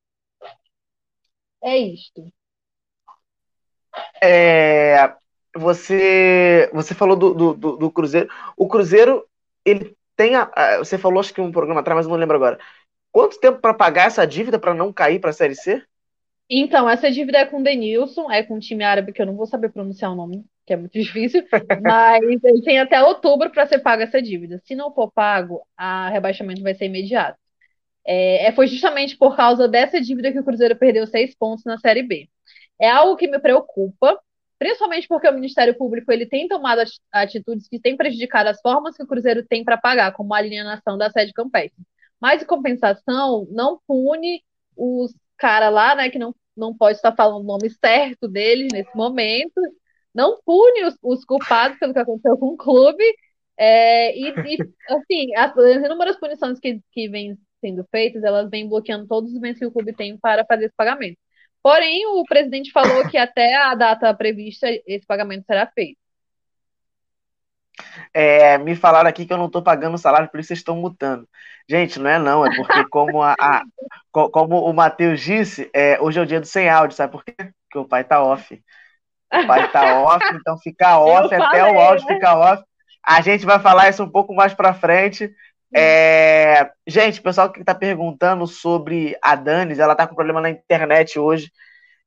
É isto. Você falou do Cruzeiro. O Cruzeiro, ele tem você falou, acho que um programa atrás, mas não lembro agora. Quanto tempo para pagar essa dívida para não cair para a Série C? Então, essa dívida é com o Denilson, é com um time árabe que eu não vou saber pronunciar o nome, que é muito difícil, mas ele tem até outubro para ser paga essa dívida. Se não for pago, o rebaixamento vai ser imediato. Foi justamente por causa dessa dívida que o Cruzeiro perdeu 6 pontos na Série B. É algo que me preocupa, principalmente porque o Ministério Público ele tem tomado atitudes que têm prejudicado as formas que o Cruzeiro tem para pagar, como a alienação da sede campestre. Mas, em compensação, não pune os caras lá, né, que não pode estar falando o nome certo deles nesse momento, não pune os culpados pelo que aconteceu com o clube, assim, as inúmeras punições que vêm sendo feitas, elas vêm bloqueando todos os bens que o clube tem para fazer esse pagamento. Porém, o presidente falou que até a data prevista esse pagamento será feito. Me falaram aqui que eu não estou pagando salário, por isso vocês estão mutando. Gente, não é porque como o Matheus disse, hoje é o dia do sem áudio, sabe por quê? Porque o pai tá off. O pai tá off, então fica off até o áudio ficar off. A gente vai falar isso um pouco mais pra frente. Gente, o pessoal que tá perguntando sobre a Danis, ela tá com problema na internet hoje.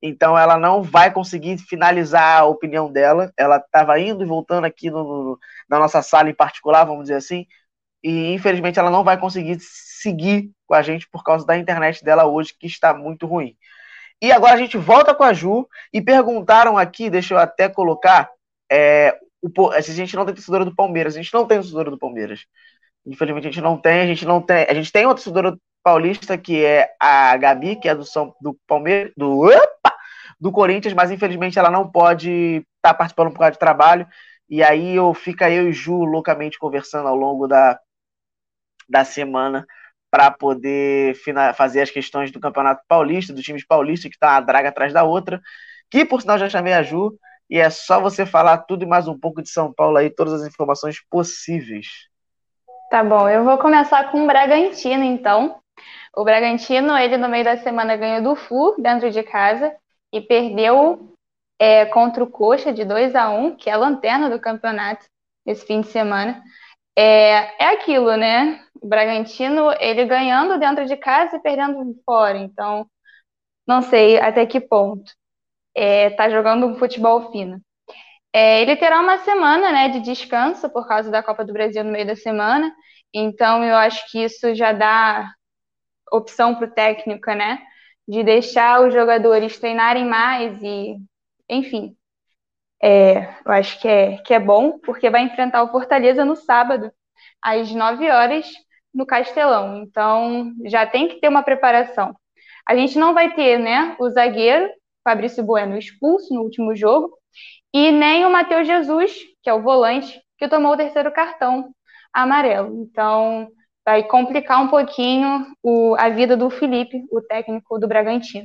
então ela não vai conseguir finalizar a opinião dela. Ela estava indo e voltando aqui na nossa sala em particular, vamos dizer assim, e infelizmente ela não vai conseguir seguir com a gente por causa da internet dela hoje, que está muito ruim. E agora a gente volta com a Ju, e perguntaram aqui, deixa eu até colocar, se a gente não tem torcedora do Palmeiras. A gente não tem torcedora do Palmeiras. Infelizmente a gente não tem. A gente tem uma torcedora paulista, que é a Gabi, que é do Palmeiras, do Corinthians, mas infelizmente ela não pode estar participando por causa de trabalho. E aí fica eu e Ju loucamente conversando ao longo da semana para poder fazer as questões do Campeonato Paulista, dos times paulistas, que tá uma draga atrás da outra, que por sinal já chamei a Ju, e é só você falar tudo e mais um pouco de São Paulo aí, todas as informações possíveis. Tá bom, eu vou começar com o Bragantino, então. O Bragantino, ele no meio da semana ganhou do Flu, dentro de casa, e perdeu contra o Coxa de 2-1, que é a lanterna do campeonato, esse fim de semana. É aquilo, né? O Bragantino, ele ganhando dentro de casa e perdendo fora. Então, não sei até que ponto. Tá jogando um futebol fino. Ele terá uma semana, né, de descanso por causa da Copa do Brasil no meio da semana. Então, eu acho que isso já dá opção para o técnico, né? De deixar os jogadores treinarem mais e, enfim. Eu acho que é bom, porque vai enfrentar o Fortaleza no sábado, às 9 horas, no Castelão. Então, já tem que ter uma preparação. A gente não vai ter, né, o zagueiro, Fabrício Bueno, expulso no último jogo, e nem o Matheus Jesus, que é o volante, que tomou o terceiro cartão amarelo. Então, vai complicar um pouquinho a vida do Felipe, o técnico do Bragantino.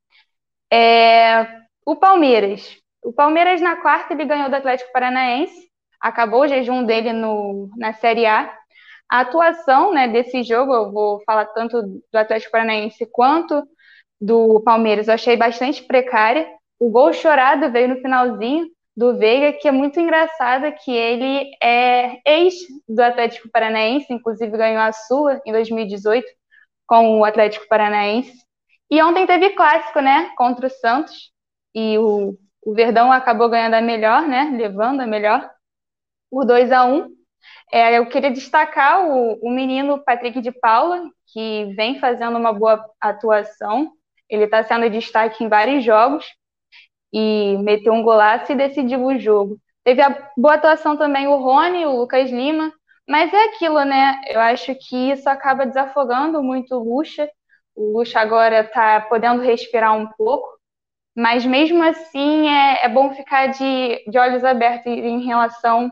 O Palmeiras. O Palmeiras, na quarta, ele ganhou do Atlético Paranaense, acabou o jejum dele na Série A. A atuação, né, desse jogo, eu vou falar tanto do Atlético Paranaense quanto do Palmeiras, eu achei bastante precária. O gol chorado veio no finalzinho do Veiga, que é muito engraçado, que ele é ex do Atlético Paranaense, inclusive ganhou a Sula em 2018 com o Atlético Paranaense. E ontem teve clássico, né, contra o Santos, e o Verdão acabou ganhando a melhor, né, levando a melhor, por 2-1. Eu queria destacar o menino Patrick de Paula, que vem fazendo uma boa atuação. Ele está sendo destaque em vários jogos e meteu um golaço e decidiu o jogo. Teve a boa atuação também o Rony, o Lucas Lima, mas é aquilo, né? Eu acho que isso acaba desafogando muito o Lucha. O Lucha agora está podendo respirar um pouco, mas mesmo assim é bom ficar de olhos abertos em relação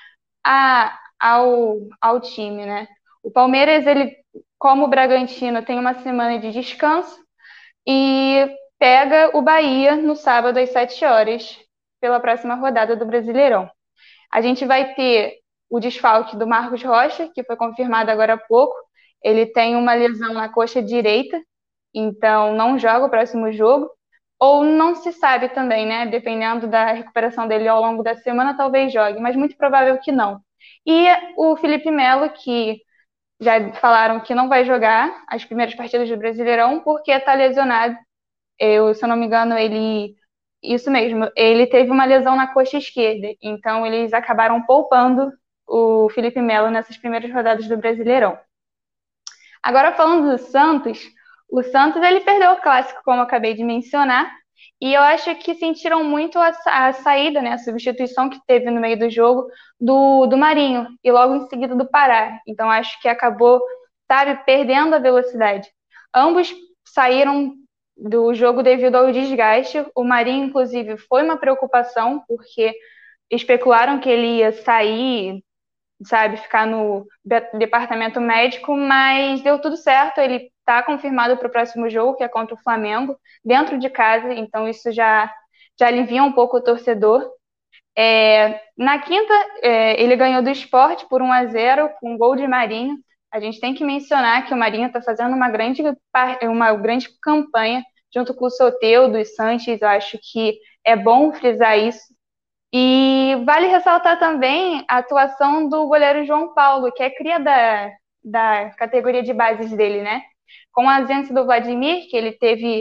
ao time, né? O Palmeiras, ele, como o Bragantino, tem uma semana de descanso e pega o Bahia no sábado às 7 horas pela próxima rodada do Brasileirão. A gente vai ter o desfalque do Marcos Rocha, que foi confirmado agora há pouco. Ele tem uma lesão na coxa direita, então não joga o próximo jogo. Ou não se sabe também, né? Dependendo da recuperação dele ao longo da semana, talvez jogue, mas muito provável que não. E o Felipe Melo, que já falaram que não vai jogar as primeiras partidas do Brasileirão porque está lesionado. Se eu não me engano, isso mesmo, ele teve uma lesão na coxa esquerda, então eles acabaram poupando o Felipe Melo nessas primeiras rodadas do Brasileirão. Agora, falando do Santos, o Santos ele perdeu o clássico, como eu acabei de mencionar, e eu acho que sentiram muito a saída, né, a substituição que teve no meio do jogo do Marinho, e logo em seguida do Pará. Então acho que acabou, perdendo a velocidade. Ambos saíram do jogo devido ao desgaste. O Marinho, inclusive, foi uma preocupação, porque especularam que ele ia sair, ficar no departamento médico, mas deu tudo certo. Ele está confirmado para o próximo jogo, que é contra o Flamengo, dentro de casa, então isso já alivia um pouco o torcedor. Na quinta, ele ganhou do Sport por 1-0, com um gol de Marinho. A gente tem que mencionar que o Marinho está fazendo uma grande campanha, junto com o Soteldo e Sanches. Eu acho que é bom frisar isso. E vale ressaltar também a atuação do goleiro João Paulo, que é cria da categoria de bases dele, né? Com a ausência do Vladimir, que ele teve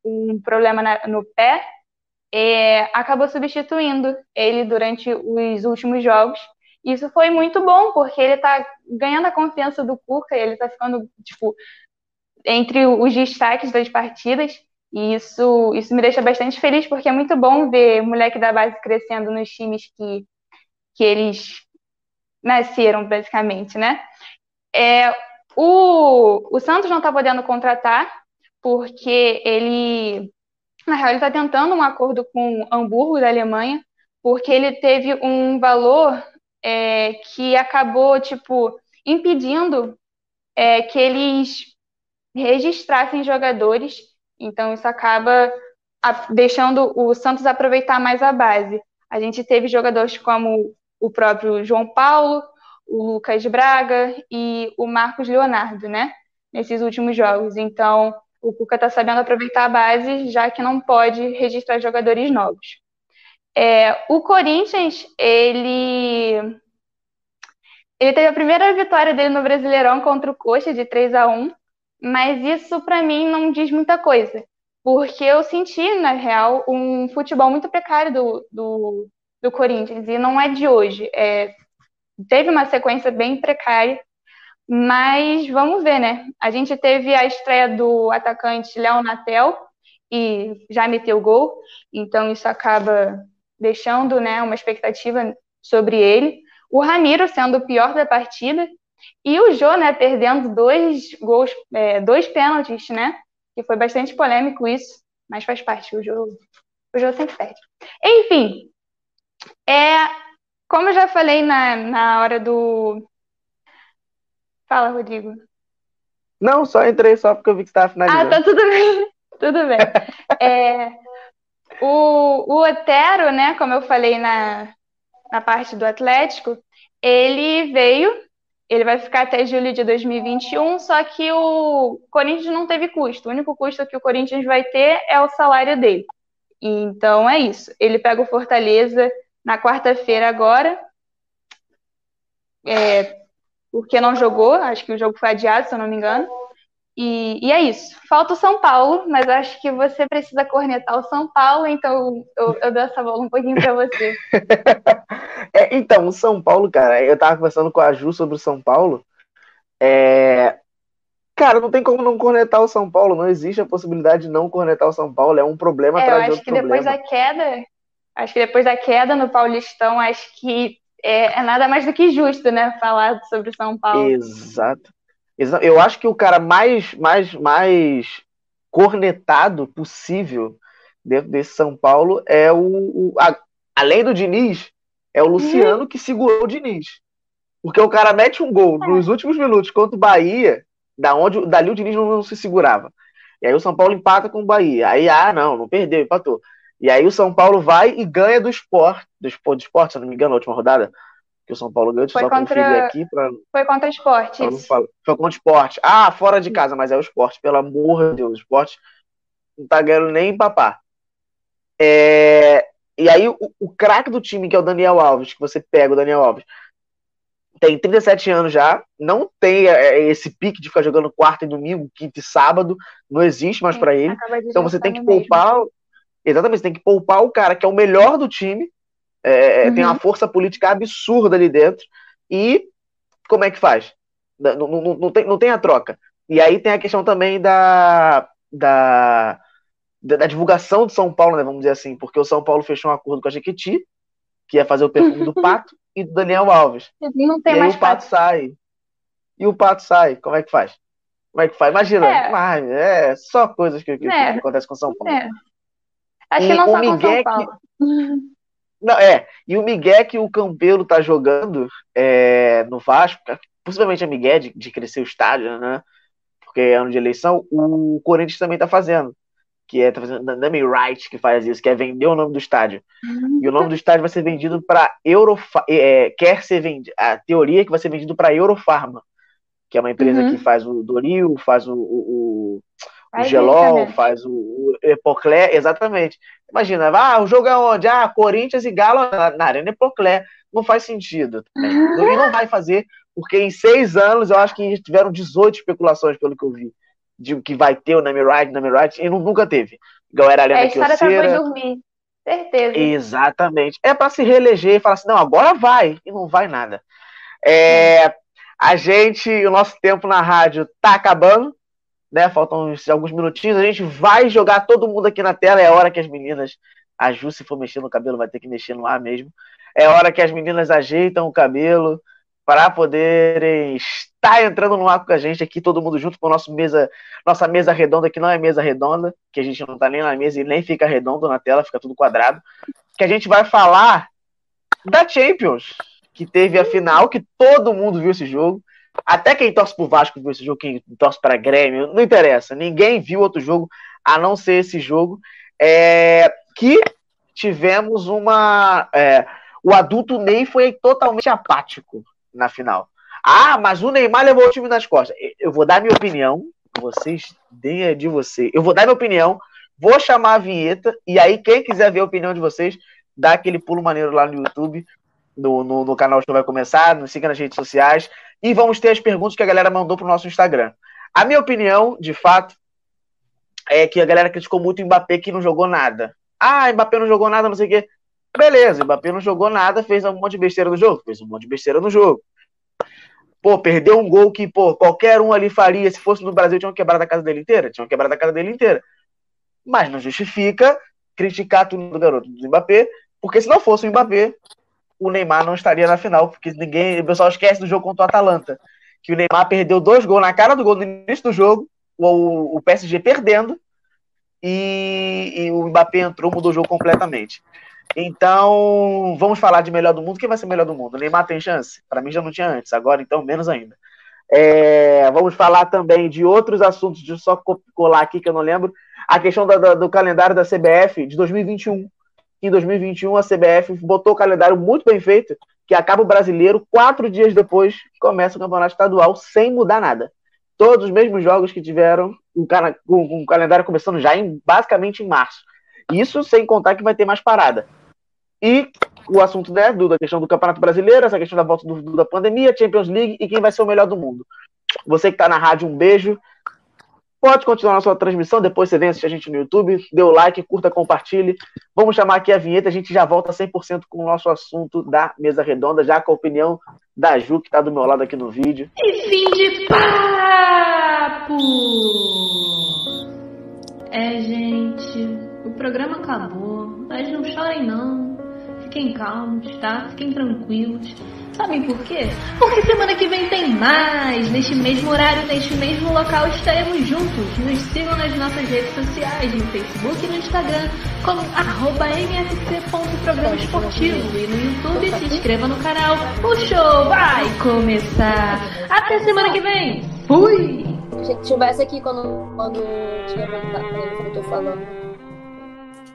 um problema no pé, acabou substituindo ele durante os últimos jogos. Isso foi muito bom, porque ele tá ganhando a confiança do Cuca, ele tá ficando, tipo, entre os destaques das partidas, e isso me deixa bastante feliz, porque é muito bom ver moleque da base crescendo nos times que eles nasceram, basicamente, né? O Santos não tá podendo contratar, porque na real, ele está tentando um acordo com Hamburgo, da Alemanha, porque ele teve um valor que acabou, tipo, impedindo que eles registrassem jogadores. Então, isso acaba deixando o Santos aproveitar mais a base. A gente teve jogadores como o próprio João Paulo, o Lucas Braga e o Marcos Leonardo, né? Nesses últimos jogos. Então, o Cuca está sabendo aproveitar a base, já que não pode registrar jogadores novos. O Corinthians, ele teve a primeira vitória dele no Brasileirão contra o Coxa, de 3-1, mas isso, para mim, não diz muita coisa, porque eu senti, na real, um futebol muito precário do Corinthians, e não é de hoje. Teve uma sequência bem precária, mas vamos ver, né? A gente teve a estreia do atacante Léo Natel e já meteu gol, então isso acaba deixando, né, uma expectativa sobre ele. O Ramiro sendo o pior da partida e o Jô, né, perdendo 2 gols, 2 pênaltis, né? Que foi bastante polêmico isso, mas faz parte. O Jô sempre perde. Enfim, como eu já falei na hora do... Fala, Rodrigo. Não, só entrei só porque eu vi que você estava finalizando. Tá tudo bem. Tudo bem. O Otero, né, como eu falei na parte do Atlético, ele vai ficar até julho de 2021, só que o Corinthians não teve custo. O único custo que o Corinthians vai ter é o salário dele. Então é isso. Ele pega o Fortaleza na quarta-feira agora, porque não jogou, acho que o jogo foi adiado, se eu não me engano. E é isso. Falta o São Paulo, mas acho que você precisa cornetar o São Paulo, então eu dou essa bola um pouquinho para você. Então, o São Paulo, cara, eu tava conversando com a Ju sobre o São Paulo. Cara, não tem como não cornetar o São Paulo, não existe a possibilidade de não cornetar o São Paulo, é um problema atrás de outro problema. Acho que depois da queda no Paulistão, acho que é nada mais do que justo, né, falar sobre o São Paulo. Exato. Eu acho que o cara mais cornetado possível dentro desse São Paulo é além do Diniz, é o Luciano que segurou o Diniz. Porque o cara mete um gol nos últimos minutos contra o Bahia, dali o Diniz não se segurava. E aí o São Paulo empata com o Bahia. Aí, não perdeu, empatou. E aí o São Paulo vai e ganha do Sport, se eu não me engano, na última rodada, que o São Paulo ganhou, foi contra o Sport, isso. Foi contra o Sport. Fora de casa, mas é o Sport, pelo amor de Deus, o Sport não tá ganhando nem papá. E aí o craque do time, que é o Daniel Alves, que você pega o Daniel Alves, tem 37 anos já, não tem esse pique de ficar jogando quarta e domingo, quinta e sábado, não existe mais pra ele. Então você tem que poupar, exatamente, você tem que poupar o cara que é o melhor do time, tem uma força política absurda ali dentro, e como é que faz? Não tem a troca. E aí tem a questão também da divulgação de São Paulo, né, vamos dizer assim, porque o São Paulo fechou um acordo com a Jequiti, que ia fazer o perfume do Pato e do Daniel Alves. Não tem mais o Pato sai. E o Pato sai. Como é que faz? Imagina. Só coisas que acontecem com São Paulo. Acho que não só com São Paulo. E o Miguel que o Campelo tá jogando no Vasco, possivelmente é Miguel de crescer o estádio, né? Porque é ano de eleição, o Corinthians também tá fazendo. Tá fazendo Name Right, que faz isso, que é vender o nome do estádio. E o nome do estádio vai ser vendido para quer ser vendido. A teoria é que vai ser vendido para Eurofarma, que é uma empresa que faz o Doril, faz o Gelol, faz o Epoclé, exatamente. Imagina, o jogo é onde? Corinthians e Galo na Arena Epoclé. Não faz sentido. E não vai fazer, porque em 6 anos eu acho que tiveram 18 especulações, pelo que eu vi. de que vai ter o Name Right, e nunca teve. Igual era a Helena A história tá Kyocera. foi dormir. Certeza. Exatamente. É para se reeleger e falar assim, não, agora vai. E não vai nada. O nosso tempo na rádio tá acabando, né? Faltam alguns minutinhos. A gente vai jogar todo mundo aqui na tela. É a hora que as meninas... A Ju, se for mexer no cabelo, vai ter que mexer no ar mesmo. É a hora que as meninas ajeitam o cabelo para poderem estar entrando no ar com a gente aqui, todo mundo junto com a nossa mesa redonda, que não é mesa redonda, que a gente não tá nem na mesa e nem fica redondo na tela, fica tudo quadrado. Que a gente vai falar da Champions, que teve a final, que todo mundo viu esse jogo. Até quem torce pro Vasco viu esse jogo, quem torce para Grêmio, não interessa. Ninguém viu outro jogo a não ser esse jogo. Que tivemos o adulto Ney foi totalmente apático na final. Mas o Neymar levou o time nas costas. Eu vou dar minha opinião, vocês deem a de você. Eu vou dar minha opinião, vou chamar a vinheta, e aí quem quiser ver a opinião de vocês, dá aquele pulo maneiro lá no YouTube, no canal que vai começar, nos siga nas redes sociais, e vamos ter as perguntas que a galera mandou pro nosso Instagram. A minha opinião, de fato, é que a galera criticou muito o Mbappé, que não jogou nada. Mbappé não jogou nada, não sei o quê. Beleza, Mbappé não jogou nada, fez um monte de besteira no jogo. Perdeu um gol que, qualquer um ali faria. Se fosse no Brasil, tinham quebrado a casa dele inteira. Mas não justifica criticar tudo do garoto do Mbappé, porque se não fosse o Mbappé, o Neymar não estaria na final, porque o pessoal esquece do jogo contra o Atalanta, que o Neymar perdeu 2 gols na cara do gol no início do jogo, o PSG perdendo, e o Mbappé entrou, mudou o jogo completamente. Então, vamos falar de melhor do mundo. Quem vai ser melhor do mundo? O Neymar tem chance? Para mim já não tinha antes, agora então menos ainda. Vamos falar também de outros assuntos, deixa eu só colar aqui que eu não lembro. A questão do calendário da CBF de 2021. Em 2021 a CBF botou o calendário muito bem feito, que acaba o Brasileiro 4 dias depois que começa o Campeonato Estadual, sem mudar nada. Todos os mesmos jogos que tiveram, com o calendário começando já basicamente em março. Isso sem contar que vai ter mais parada. E o assunto da questão do Campeonato Brasileiro, essa questão da volta da pandemia, Champions League e quem vai ser o melhor do mundo. Você que está na rádio, um beijo. Pode continuar na sua transmissão, depois você vem assistir a gente no YouTube, dê o like, curta, compartilhe. Vamos chamar aqui a vinheta, a gente já volta 100% com o nosso assunto da mesa redonda, já com a opinião da Ju, que está do meu lado aqui no vídeo. E fim de papo! Gente, o programa acabou, mas não chorem não. Fiquem calmos, tá? Fiquem tranquilos. Sabem por quê? Porque semana que vem tem mais. Neste mesmo horário, neste mesmo local, estaremos juntos. Nos sigam nas nossas redes sociais, no Facebook e no Instagram, como @mfc.programa esportivo. E no YouTube, se inscreva no canal. O show vai começar. Até semana que vem. Fui! Gente, tivesse aqui quando tiver o que eu tô falando.